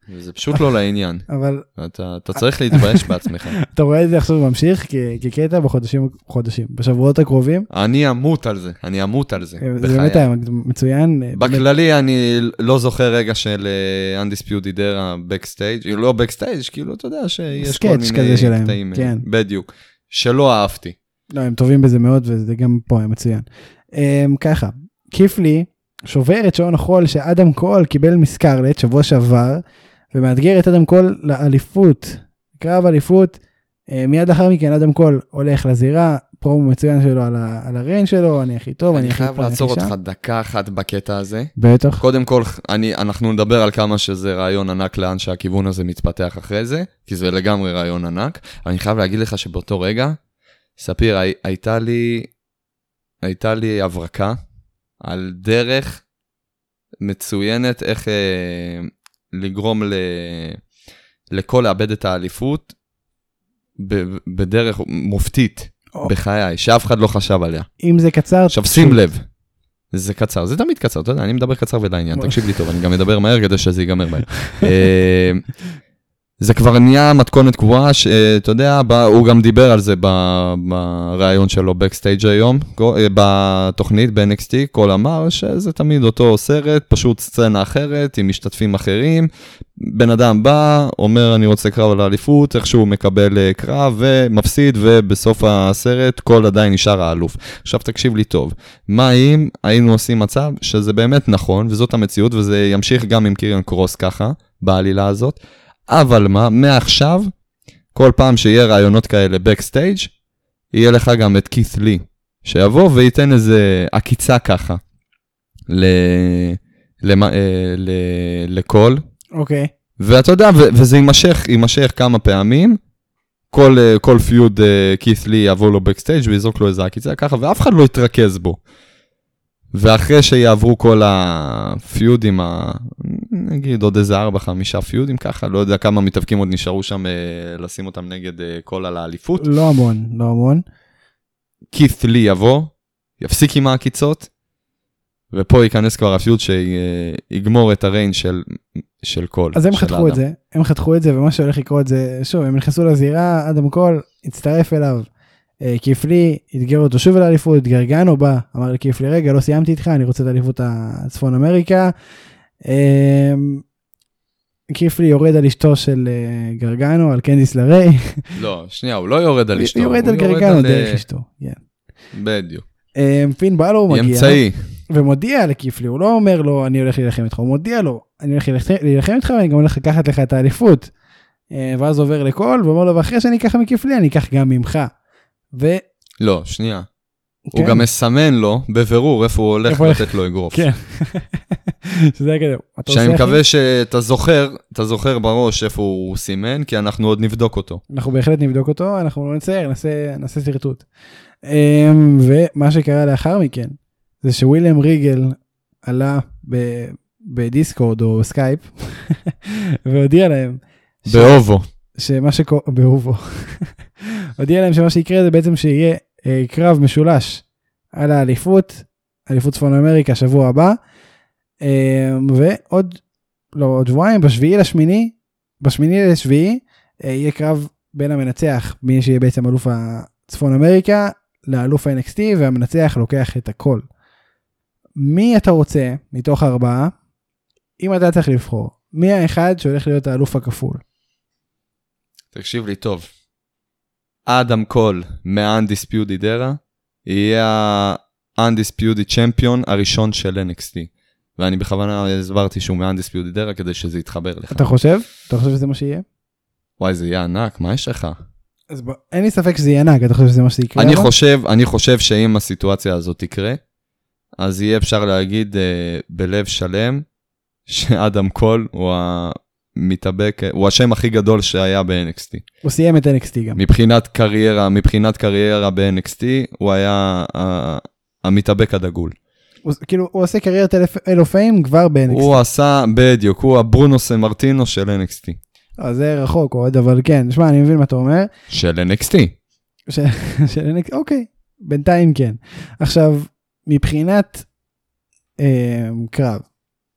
[SPEAKER 2] זה פשוט לא לעניין.
[SPEAKER 1] אבל...
[SPEAKER 2] אתה צריך להתבייש בעצמך.
[SPEAKER 1] אתה רואה את זה עכשיו ממשיך כקטע בחודשים, בשבועות הקרובים.
[SPEAKER 2] אני אמות על זה.
[SPEAKER 1] זה באמת היה מצוין.
[SPEAKER 2] בכללי אני לא זוכר רגע של Undisputed Era בקסטייג', לא בקסטייג', כאילו אתה יודע שיש כל מיני קטעים. בדיוק. שלא אהבתי.
[SPEAKER 1] לא, הם טובים בזה מאוד, וזה גם פה היה מצוין. ככה, קיפלי שובר את שעון החול שאדם קול קיבל מסקרלט שבוע שעבר, ומאתגר את אדם קול לאליפות, קרב אליפות, מיד לאחר מכן אדם קול הולך לזירה, פרומו מצוין שלו על הריין שלו, אני הכי טוב,
[SPEAKER 2] אני חייב לעצור אותך דקה אחת בקטע הזה.
[SPEAKER 1] בטח.
[SPEAKER 2] קודם כל, אנחנו נדבר על כמה שזה רעיון ענק לאן שהכיוון הזה מתפתח אחרי זה, כי זה לגמרי רעיון ענק. אני חייב להגיד לך שבאותו רגע, ספיר, הייתה לי הברקה על דרך מצוינת איך לגרום לכל לאבד את האליפות בדרך מופתית בחיי, שאף אחד לא חשב עליה.
[SPEAKER 1] אם זה קצר...
[SPEAKER 2] עכשיו שים לב, זה קצר, זה תמיד קצר, אתה יודע, אני מדבר קצר ולעניין, תקשיב לי טוב, אני גם מדבר מהר כדי שזה ייגמר מהר. זה כבר נהיה מתכונת קבועה, שאתה יודע, הוא גם דיבר על זה ברעיון שלו בקסטייג' היום, בתוכנית ב-NXT, כל אמר שזה תמיד אותו סרט, פשוט סצנה אחרת, עם משתתפים אחרים, בן אדם בא, אומר אני רוצה קרב על האליפות, איכשהו מקבל קרב ומפסיד, ובסוף הסרט כל עדיין נשאר האלוף. עכשיו תקשיב לי טוב, מה אם היינו עושים מצב שזה באמת נכון, וזאת המציאות, וזה ימשיך גם עם קיריון קרוס ככה, בעלילה הזאת, אבל מה, מעכשיו, כל פעם שיהיה רעיונות כאלה בקסטייג', יהיה לך גם את כית לי, שיבוא וייתן איזה עקיצה ככה, לכל.
[SPEAKER 1] אוקיי.
[SPEAKER 2] ואתה יודע, וזה יימשך כמה פעמים, כל פיוד כית לי יבוא לו בקסטייג' ויזרוק לו איזה עקיצה ככה, ואף אחד לא יתרכז בו. ואחרי שיעברו כל הפיודים, נגיד עוד איזה 4-5 פיודים ככה, לא יודע כמה מתאבקים עוד נשארו שם לשים אותם נגד כל על האליפות.
[SPEAKER 1] לא המון.
[SPEAKER 2] כית לי יבוא, יפסיק עם העקיצות, ופה ייכנס כבר הפיוד שיגמור את הריין של כל.
[SPEAKER 1] אז הם חתכו את זה, ומה שהולך לקרות זה, שוב, הם נכנסו לזירה, אדם קול, הצטרף אליו, קיפלי, התגר אותו שוב על האליפות, גרגנו בא, אמר לקיפלי, רגע, לא סיימתי איתך, אני רוצה את האליפות הצפון אמריקה. קיפלי יורד על אשתו של גרגנו, על קנדיס לריי.
[SPEAKER 2] לא, שנייה, הוא לא יורד על אשתו.
[SPEAKER 1] הוא יורד על גרגנו דרך אשתו.
[SPEAKER 2] בדיוק.
[SPEAKER 1] פין בלור מגיע.
[SPEAKER 2] אמצעי.
[SPEAKER 1] ומודיע לקיפלי, הוא לא אומר לו, אני הולך להילחם איתך, הוא מודיע לו, אני הולך להילחם איתך, ואני גם הולך לקחת לך את האליפות. ואז עובר לכל, ואומר לו, ואחרי שאני אקח מקיפלי, אני אקח גם ממך.
[SPEAKER 2] לא, שנייה. הוא גם מסמן לו בבירור איפה הוא הולך לתת לו אגרוף.
[SPEAKER 1] כן. שזה כזה.
[SPEAKER 2] שאני מקווה שאתה זוכר בראש איפה הוא סימן, כי אנחנו עוד נבדוק אותו.
[SPEAKER 1] אנחנו בהחלט נבדוק אותו, אנחנו לא נצייר, נעשה סרטוט. ומה שקרה לאחר מכן, זה שוויליאם ריגל עלה בדיסקורד או סקייפ, והודיע להם.
[SPEAKER 2] באובו.
[SPEAKER 1] באובו. הודיע להם שמה שיקרה זה בעצם שיהיה קרב משולש על האליפות, אליפות צפון אמריקה שבוע הבא, ועוד, לא, עוד שבועיים, בשמיני לשביעי, יהיה קרב בין המנצח, מי שיהיה בעצם אלוף הצפון אמריקה, לאלוף ה-NXT, והמנצח לוקח את הכל. מי אתה רוצה, מתוך 4, אם אתה צריך לבחור, מי האחד שהולך להיות האלוף הכפול?
[SPEAKER 2] תקשיב לי טוב. אדם קול מה-Undisputed Era יהיה ה-Undisputed Champion הראשון של NXT. ואני בכוונה הסברתי שהוא מה-Undisputed Era כדי שזה יתחבר לך.
[SPEAKER 1] אתה חושב? אתה חושב שזה מה שיהיה?
[SPEAKER 2] וואי, זה יהיה ענק, מה יש לך?
[SPEAKER 1] אז אין לי ספק שזה יהיה ענק, אתה חושב שזה מה שיקרה?
[SPEAKER 2] אני חושב שאם הסיטואציה הזאת תקרה, אז יהיה אפשר להגיד בלב שלם, שאדם קול הוא מתאבק, הוא השם הכי גדול שהיה ב-NXT. הוא
[SPEAKER 1] סיים את NXT גם.
[SPEAKER 2] מבחינת קריירה ב-NXT, הוא היה המתאבק הדגול.
[SPEAKER 1] כאילו, הוא עושה קריירת אלופאים כבר ב-NXT.
[SPEAKER 2] הוא עשה, בדיוק, הוא הברונו סמרטינו של NXT.
[SPEAKER 1] זה רחוק עוד, אבל כן, שמע, אני מבין מה אתה אומר.
[SPEAKER 2] של NXT.
[SPEAKER 1] של NXT, אוקיי, בינתיים כן. עכשיו, מבחינת קרב,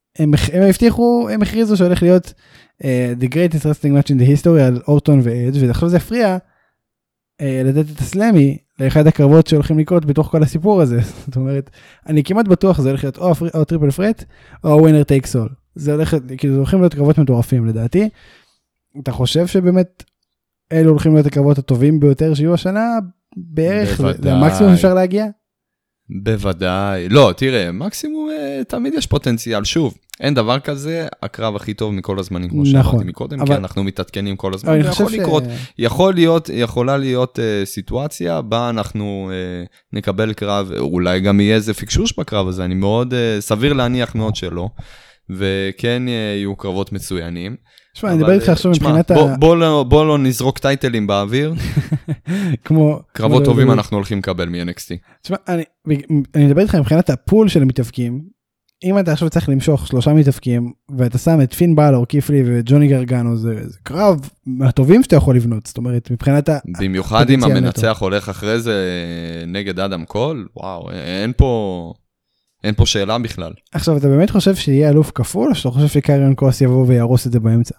[SPEAKER 1] הם הבטיחו, הם הכריזו שהולך להיות the greatest wrestling match in the history על אורטון ואדג', ועכשיו זה הפריע לתת את הסלמי לאחד הקרבות שהולכים לקרות בתוך כל הסיפור הזה. זאת אומרת, אני כמעט בטוח זה הולך להיות או טריפל פרט, או winner takes all. זה הולך, כאילו, זה הולכים להיות קרבות מטורפים לדעתי. אתה חושב שבאמת אלו הולכים להיות הקרבות הטובים ביותר שיהיו השנה? בערך, זה המקסימום אפשר להגיע?
[SPEAKER 2] בוודאי. לא, תראה, מקסימום תמיד יש פוטנציאל. שוב, אין דבר כזה, הקרב הכי טוב מכל הזמנים, כמו שאמרתי מקודם, כי אנחנו מתעדכנים כל הזמן. יכולה להיות סיטואציה בה אנחנו נקבל קרב, אולי גם יהיה איזה פיקשוש בקרב הזה, אני מאוד סביר להניח מאוד שלא, וכן יהיו קרבות מצוינים.
[SPEAKER 1] תשמע, אני מדבר איתך עכשיו מבחינת
[SPEAKER 2] בוא לא נזרוק טייטלים באוויר. קרבות טובים אנחנו הולכים לקבל מ-NXT.
[SPEAKER 1] תשמע, אני מדבר איתך מבחינת הפול של המתאבקים. אם אתה עכשיו צריך למשוך 3 מתאבקים, ואתה שם את פין בלור, קיף לי וג'וני גרגנו, זה קרב מהטובים שאתה יכול לבנות. זאת אומרת, מבחינת
[SPEAKER 2] במיוחד אם המנצח הולך אחרי זה נגד אדם קול, וואו, אין פה שאלה בכלל.
[SPEAKER 1] עכשיו, אתה באמת חושב שיהיה אלוף כפול, או שאתה חושב שקריון קרוס יבוא וירוס את זה באמצע?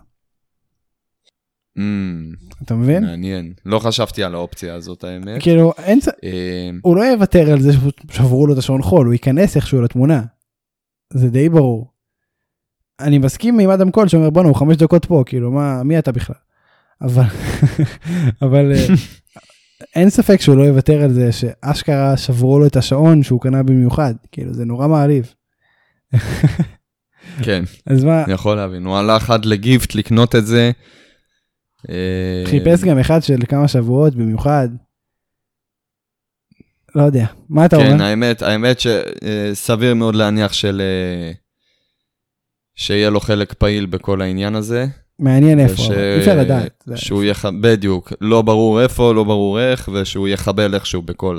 [SPEAKER 1] אתה מבין?
[SPEAKER 2] מעניין. לא חשבתי על האופציה הזאת, האמת.
[SPEAKER 1] כאילו, הוא לא יוותר על זה ששברו לו את השעון חול, הוא ייכנס איכשהו לתמונה. זה די ברור. אני מסכים עם אדם קול שאומר, בואו, הוא 5 דקות פה, כאילו, מי אתה בכלל? אבל אין ספק שהוא לא יוותר על זה, שאשכרה שברו לו את השעון שהוא קנה במיוחד. כאילו, זה נורא מעליב.
[SPEAKER 2] כן, אני יכול להבין. הוא הלך עד לגיפט לקנות את זה.
[SPEAKER 1] חיפש גם אחד של כמה שבועות במיוחד. לא יודע. מה אתה אומר?
[SPEAKER 2] כן, האמת שסביר מאוד להניח שיהיה לו חלק פעיל בכל העניין הזה.
[SPEAKER 1] מעניין איפה, אפשר לדעת.
[SPEAKER 2] שהוא בדיוק, לא ברור איפה, לא ברור איך, ושהוא יחבל איכשהו בכל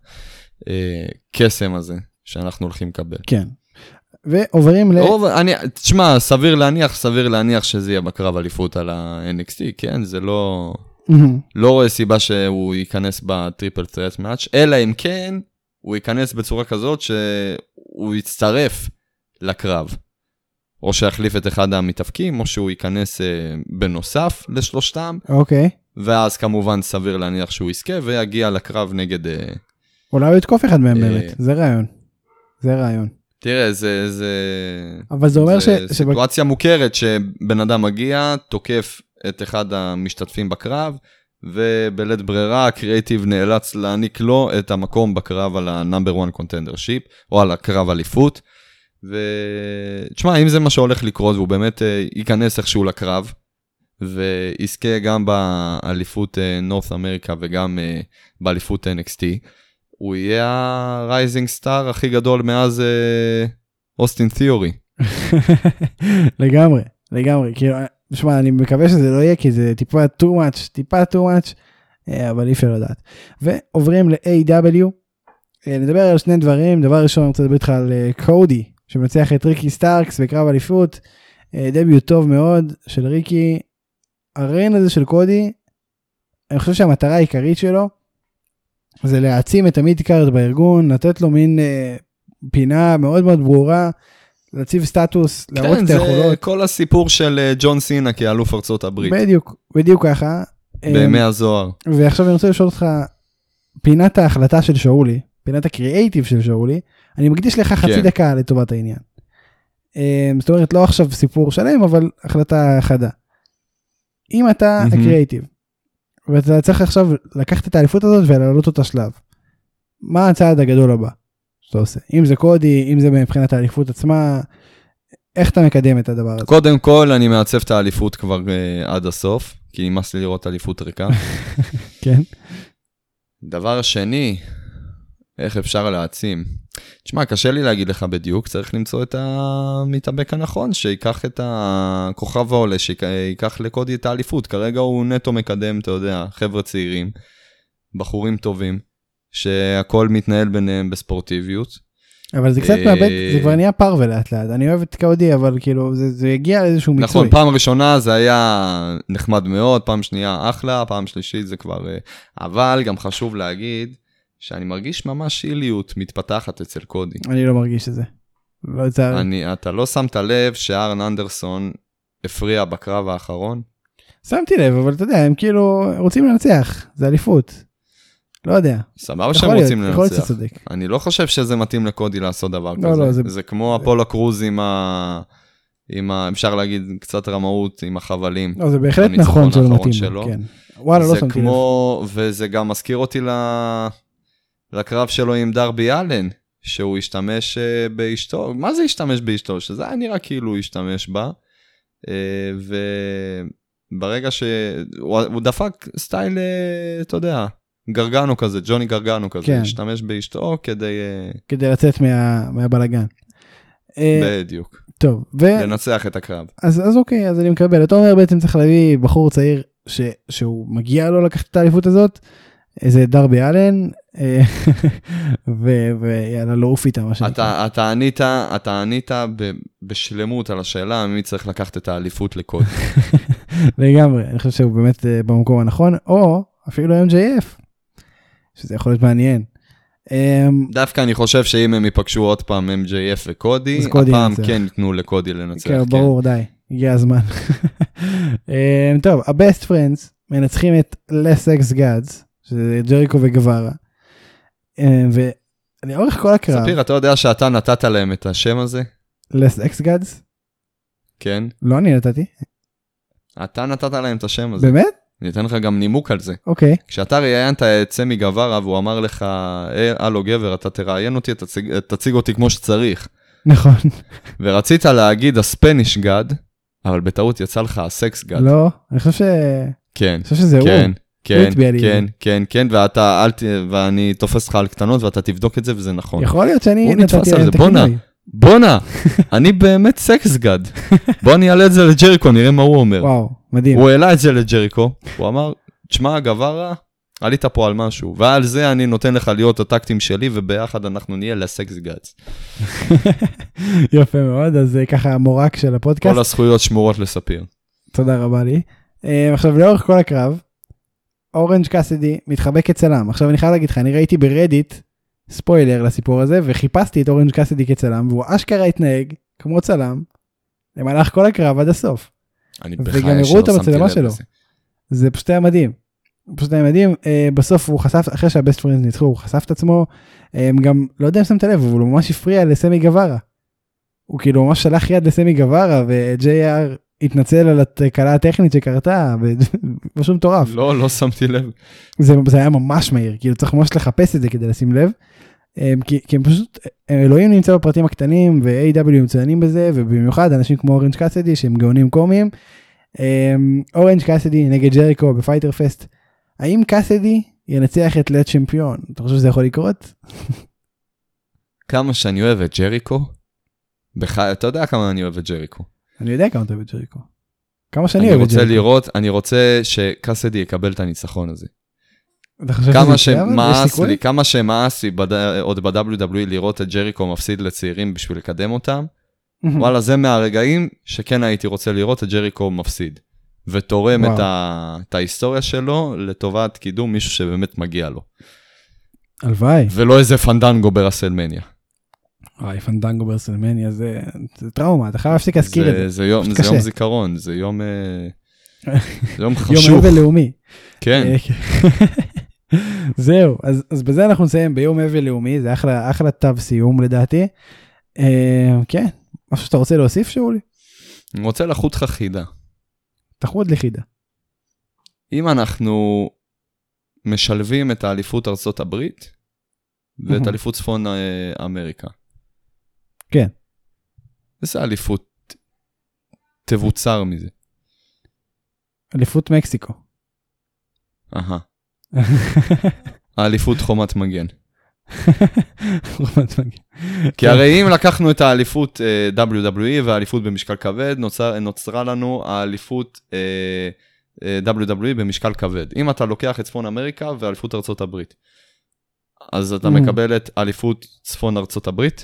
[SPEAKER 2] הקסם הזה שאנחנו הולכים לקבל.
[SPEAKER 1] כן. ועוברים
[SPEAKER 2] תשמע, סביר להניח שזה יהיה בקרב אליפות על ה-NXT, כן? זה לא רואה סיבה שהוא ייכנס בטריפל טרט מאץ', אלא אם כן, הוא ייכנס בצורה כזאת שהוא יצטרף לקרב. או שיחליף את אחד המתאבקים, או שהוא ייכנס בנוסף לשלושתם.
[SPEAKER 1] אוקיי.
[SPEAKER 2] ואז כמובן סביר להניח שהוא יזכה, ויגיע לקרב נגד...
[SPEAKER 1] אולי הוא יתקוף אחד מהם באמת, זה רעיון.
[SPEAKER 2] תראה,
[SPEAKER 1] אבל זה אומר
[SPEAKER 2] סיטואציה מוכרת שבן אדם מגיע, תוקף את אחד המשתתפים בקרב, ובלית ברירה הקריאיטיב נאלץ להעניק לו את המקום בקרב על ה-number one contendership, או על הקרב אליפות. ותשמע, אם זה מה שהולך לקרות, והוא באמת ייכנס איכשהו לקרב, ויזכה גם באליפות נורת' אמריקה וגם באליפות NXT, הוא יהיה הרייזינג סטאר הכי גדול מאז אוסטין תיאורי.
[SPEAKER 1] לגמרי. כאילו, תשמע, אני מקווה שזה לא יהיה, כי זה טיפה too much, אבל אי אפשר לדעת. ועוברים ל-AW, נדבר על שני דברים. דבר ראשון, אני רוצה לדבר איתך על קודי, שמנצח את ריקי סטארקס בקרב אליפות, דביוט טוב מאוד של ריקי. הריין הזה של קודי, אני חושב שהמטרה העיקרית שלו, זה להעצים את המיד קארד בארגון, לתת לו מין פינה מאוד מאוד ברורה, להציב סטטוס, להראות את היכולות.
[SPEAKER 2] זה כל הסיפור של ג'ון סינה כאלוף ארצות הברית.
[SPEAKER 1] בדיוק ככה.
[SPEAKER 2] בימי הזוהר.
[SPEAKER 1] ועכשיו אני רוצה לשאול אותך, פינת ההחלטה של שאולי, פינת הקריאייטיב של שאולי, אני מקדיש לך חצי דקה לטובת העניין. זאת אומרת, לא עכשיו סיפור שלם, אבל החלטה חדה. אם אתה הקריאייטיב, ואתה צריך עכשיו לקחת את האליפות הזאת ולעלות אותה שלב, מה הצעד הגדול הבא שאתה עושה? אם זה קודי, אם זה מבחינת האליפות עצמה, איך אתה מקדם את הדבר הזה?
[SPEAKER 2] קודם כל, אני מעצב את האליפות כבר עד הסוף, כי נמאס לי לראות אליפות ריקה.
[SPEAKER 1] כן.
[SPEAKER 2] דבר שני, איך אפשר להעצים? תשמע, קשה לי להגיד לך בדיוק, צריך למצוא את המתאבק הנכון, שיקח את הכוכב העולה, שיקח לקודי את האליפות. כרגע הוא נטו מקדם, אתה יודע, חבר'ה צעירים, בחורים טובים, שהכל מתנהל ביניהם בספורטיביות.
[SPEAKER 1] אבל זה קצת מאבד, זה כבר נהיה פרווה לאט לאט. אני אוהב את קודי, אבל כאילו, זה הגיע לאיזשהו מיצוי.
[SPEAKER 2] נכון, פעם ראשונה זה היה נחמד מאוד, פעם שנייה אחלה, פעם שלישית זה כבר... אבל גם חשוב להגיד, שאני מרגיש ממש איליות מתפתחת אצל קודי.
[SPEAKER 1] אני לא מרגיש את זה. לא לצערי.
[SPEAKER 2] אתה לא שמת לב שארן אנדרסון הפריע בקרב האחרון?
[SPEAKER 1] שמתי לב, אבל אתה יודע, הם כאילו רוצים לנצח, זה אליפות. לא יודע.
[SPEAKER 2] סבבה שהם רוצים
[SPEAKER 1] יכול להיות
[SPEAKER 2] לנצח.
[SPEAKER 1] שצודק.
[SPEAKER 2] אני לא חושב שזה מתאים לקודי לעשות דבר
[SPEAKER 1] לא,
[SPEAKER 2] כזה.
[SPEAKER 1] לא,
[SPEAKER 2] זה כמו אפולו קרוז אפשר להגיד קצת רמאות עם החבלים.
[SPEAKER 1] לא, זה בהחלט נכון שלא מתאים. כן. וואלה, לא שמתי לב.
[SPEAKER 2] וזה גם מזכיר אותי לקרב שלו עם דרבי אלן, שהוא השתמש באשתו. מה זה השתמש באשתו? שזה היה נראה כאילו הוא השתמש בה. וברגע שהוא דפק סטייל, אתה יודע, גרגנו כזה, ג'וני גרגנו כזה,
[SPEAKER 1] כן.
[SPEAKER 2] השתמש באשתו
[SPEAKER 1] כדי לצאת מהבלגן.
[SPEAKER 2] בדיוק.
[SPEAKER 1] טוב.
[SPEAKER 2] לנצח את הקרב.
[SPEAKER 1] אז אוקיי, אז אני מקבל. אתה אומר בעצם צריך להביא בחור צעיר שהוא מגיע לו לקחת את האליפות הזאת, איזה דרבי אלן, ויאללה, לא אוף איתה, מה שנקרא.
[SPEAKER 2] אתה ענית בשלמות על השאלה, מי צריך לקחת את האליפות לקוד.
[SPEAKER 1] לגמרי, אני חושב שהוא באמת במקום הנכון, או אפילו MJF, שזה יכול להיות מעניין.
[SPEAKER 2] דווקא אני חושב שאם הם ייפגשו עוד פעם MJF וקודי, הפעם כן ייתנו לקודי לנצח.
[SPEAKER 1] כן, ברור, די, הגיע הזמן. טוב, ה-Best Friends מנצחים את Less X Gods, שזה ג'ריקו וגווארה. ולאורך כל הקרב...
[SPEAKER 2] ספיר, אתה יודע שאתה נתת להם את השם הזה?
[SPEAKER 1] Less X Gods?
[SPEAKER 2] כן.
[SPEAKER 1] לא אני נתתי.
[SPEAKER 2] אתה נתת להם את השם הזה.
[SPEAKER 1] באמת?
[SPEAKER 2] אני אתן לך גם נימוק על זה.
[SPEAKER 1] אוקיי.
[SPEAKER 2] כשאתה ראיינת את סמי גווארה, והוא אמר לך, הלו גבר, אתה תראיין אותי, תציג אותי כמו שצריך.
[SPEAKER 1] נכון.
[SPEAKER 2] ורצית להגיד הספניש גד, אבל בטעות יצא לך הסקס גד.
[SPEAKER 1] לא, אני חושב
[SPEAKER 2] כן.
[SPEAKER 1] שזה הוא.
[SPEAKER 2] כן, ואני תופס לך על קטנות, ואתה תבדוק את זה, וזה נכון.
[SPEAKER 1] יכול להיות שאני נתתי להם את הכינוי.
[SPEAKER 2] בונה, אני באמת סקס גד. בוא אני אעלה את זה לג'ריקו, נראה מה הוא אומר.
[SPEAKER 1] וואו, מדהים.
[SPEAKER 2] הוא העלה את זה לג'ריקו, הוא אמר, תשמע, גווארה, עלית פה על משהו, ועל זה אני נותן לך להיות הטקטים שלי, וביחד אנחנו נהיה לסקס גדס.
[SPEAKER 1] יפה מאוד, אז זה ככה המורק של הפודקאסט.
[SPEAKER 2] כל הזכויות שמורות לספיר.
[SPEAKER 1] תודה רבה לי. עכשיו, לאורך כל הקרב, אורנג' קאסידי מתחבק כצלם. עכשיו אני חייב להגיד לך, אני ראיתי ברדיט, ספוילר לסיפור הזה, וחיפשתי את אורנג' קאסידי כצלם, והוא אשכרה התנהג כמו צלם, למהלך כל הקרב עד הסוף. וגם הראו את המצלמה שלו. זה פשוט היה מדהים. בסוף הוא חשף, אחרי שהבסט פרינדס ניצחו, הוא חשף את עצמו, גם, לא יודע אם שמת לב, אבל הוא ממש הפריע לסמי גווארה. הוא כאילו ממש שלח יד לסמי גווארה, ו-JR התנצל על התקלה הטכנית שקרתה, משהו מטורף.
[SPEAKER 2] לא שמתי לב.
[SPEAKER 1] זה היה ממש מהיר, כאילו צריך ממש לחפש את זה כדי לשים לב, כי הם פשוט, אלוהים נמצא בפרטים הקטנים, ו-AW מצוינים בזה, ובמיוחד אנשים כמו אורנג' קאסידי, שהם גאונים קומיים. אורנג' קאסידי נגד ג'ריקו בפייטר פסט. האם קאסידי ינצח את לט צ'מפיון? אתה חושב שזה יכול לקרות?
[SPEAKER 2] כמה שאני אוהב את ג'ריקו, אתה יודע כמה אני אוהב את ג'ריקו.
[SPEAKER 1] אני יודע כמה אתה אוהב את ג'ריקו. כמה שאני אוהב את ג'ריקו.
[SPEAKER 2] אני רוצה שקאסידי יקבל את הניצחון הזה. כמה שמאס לי עוד ב-WWE לראות את ג'ריקו מפסיד לצעירים בשביל לקדם אותם, וואלה, זה מהרגעים שכן הייתי רוצה לראות את ג'ריקו מפסיד, ותורם את ההיסטוריה שלו לטובת קידום מישהו שבאמת מגיע לו.
[SPEAKER 1] הלוואי.
[SPEAKER 2] ולא איזה פנדנגו ברסלמניה.
[SPEAKER 1] פנדנגו ברסלמניה זה טראומה, אתה חייב להפסיק להזכיר את זה.
[SPEAKER 2] זה יום זיכרון, זה יום חשוך.
[SPEAKER 1] יום אבל לאומי.
[SPEAKER 2] כן.
[SPEAKER 1] זהו, אז בזה אנחנו נסיים ביום אבל לאומי, זה אחלה תו סיום לדעתי. כן, משהו שאתה רוצה להוסיף שאולי?
[SPEAKER 2] אני רוצה לחוט לך חידה.
[SPEAKER 1] תחוד לחידה.
[SPEAKER 2] אם אנחנו משלבים את האליפות ארצות הברית, ואת אליפות צפון אמריקה.
[SPEAKER 1] כן.
[SPEAKER 2] איזה אליפות תבוצר מזה?
[SPEAKER 1] אליפות מקסיקו.
[SPEAKER 2] האליפות חומת מגן.
[SPEAKER 1] חומת מגן.
[SPEAKER 2] כי הרי אם לקחנו את האליפות WWE והאליפות במשקל כבד, נוצרה לנו האליפות WWE במשקל כבד. אם אתה לוקח את צפון אמריקה ואליפות ארצות הברית, אז אתה מקבל את אליפות צפון ארצות הברית?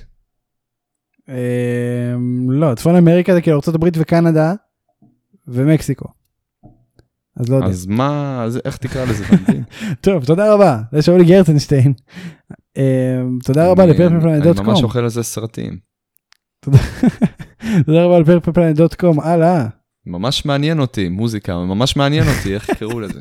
[SPEAKER 1] לא, צפון אמריקה זה כאילו ארצות הברית וקנדה ומקסיקו. אז לא יודע.
[SPEAKER 2] אז מה, איך תקרא לזה?
[SPEAKER 1] טוב, תודה רבה. זה שאולי גרצנשטיין. תודה רבה לפרק מפלנט.com.
[SPEAKER 2] אני ממש אוכל לזה סרטים.
[SPEAKER 1] תודה רבה על purpleplanet.com, הלאה.
[SPEAKER 2] ממש מעניין אותי, מוזיקה, ממש מעניין אותי, איך יקראו לזה?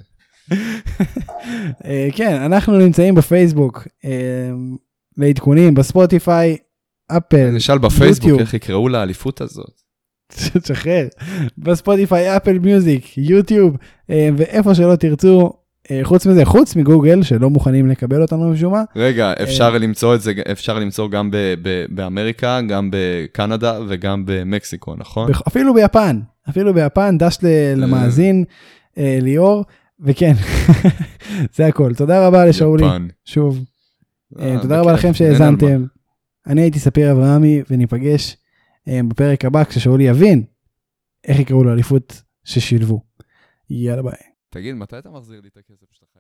[SPEAKER 1] כן, אנחנו נמצאים בפייסבוק, לעדכונים, בספוטיפיי, אפל,
[SPEAKER 2] נשאל בפייסבוק איך יקראו לאליפות הזאת.
[SPEAKER 1] תשחרר, בספוטיפיי, אפל מיוזיק, יוטיוב, ואיפה שלא תרצו, חוץ מזה, חוץ מגוגל, שלא מוכנים לקבל אותנו משום מה.
[SPEAKER 2] רגע, אפשר למצוא את זה, אפשר למצוא גם באמריקה, גם בקנדה וגם במקסיקו, נכון? אפילו ביפן, דש למאזין, ליאור, וכן, זה הכל. תודה רבה לשאולי, שוב. תודה רבה לכם שהאזנתם. אני הייתי ספיר אברהמי, וניפגש בפרק הבא, כששאולי יבין איך יקראו לאליפות ששילבו. יאללה ביי. תגיד, מתי אתה מחזיר לי את הכסף שלך?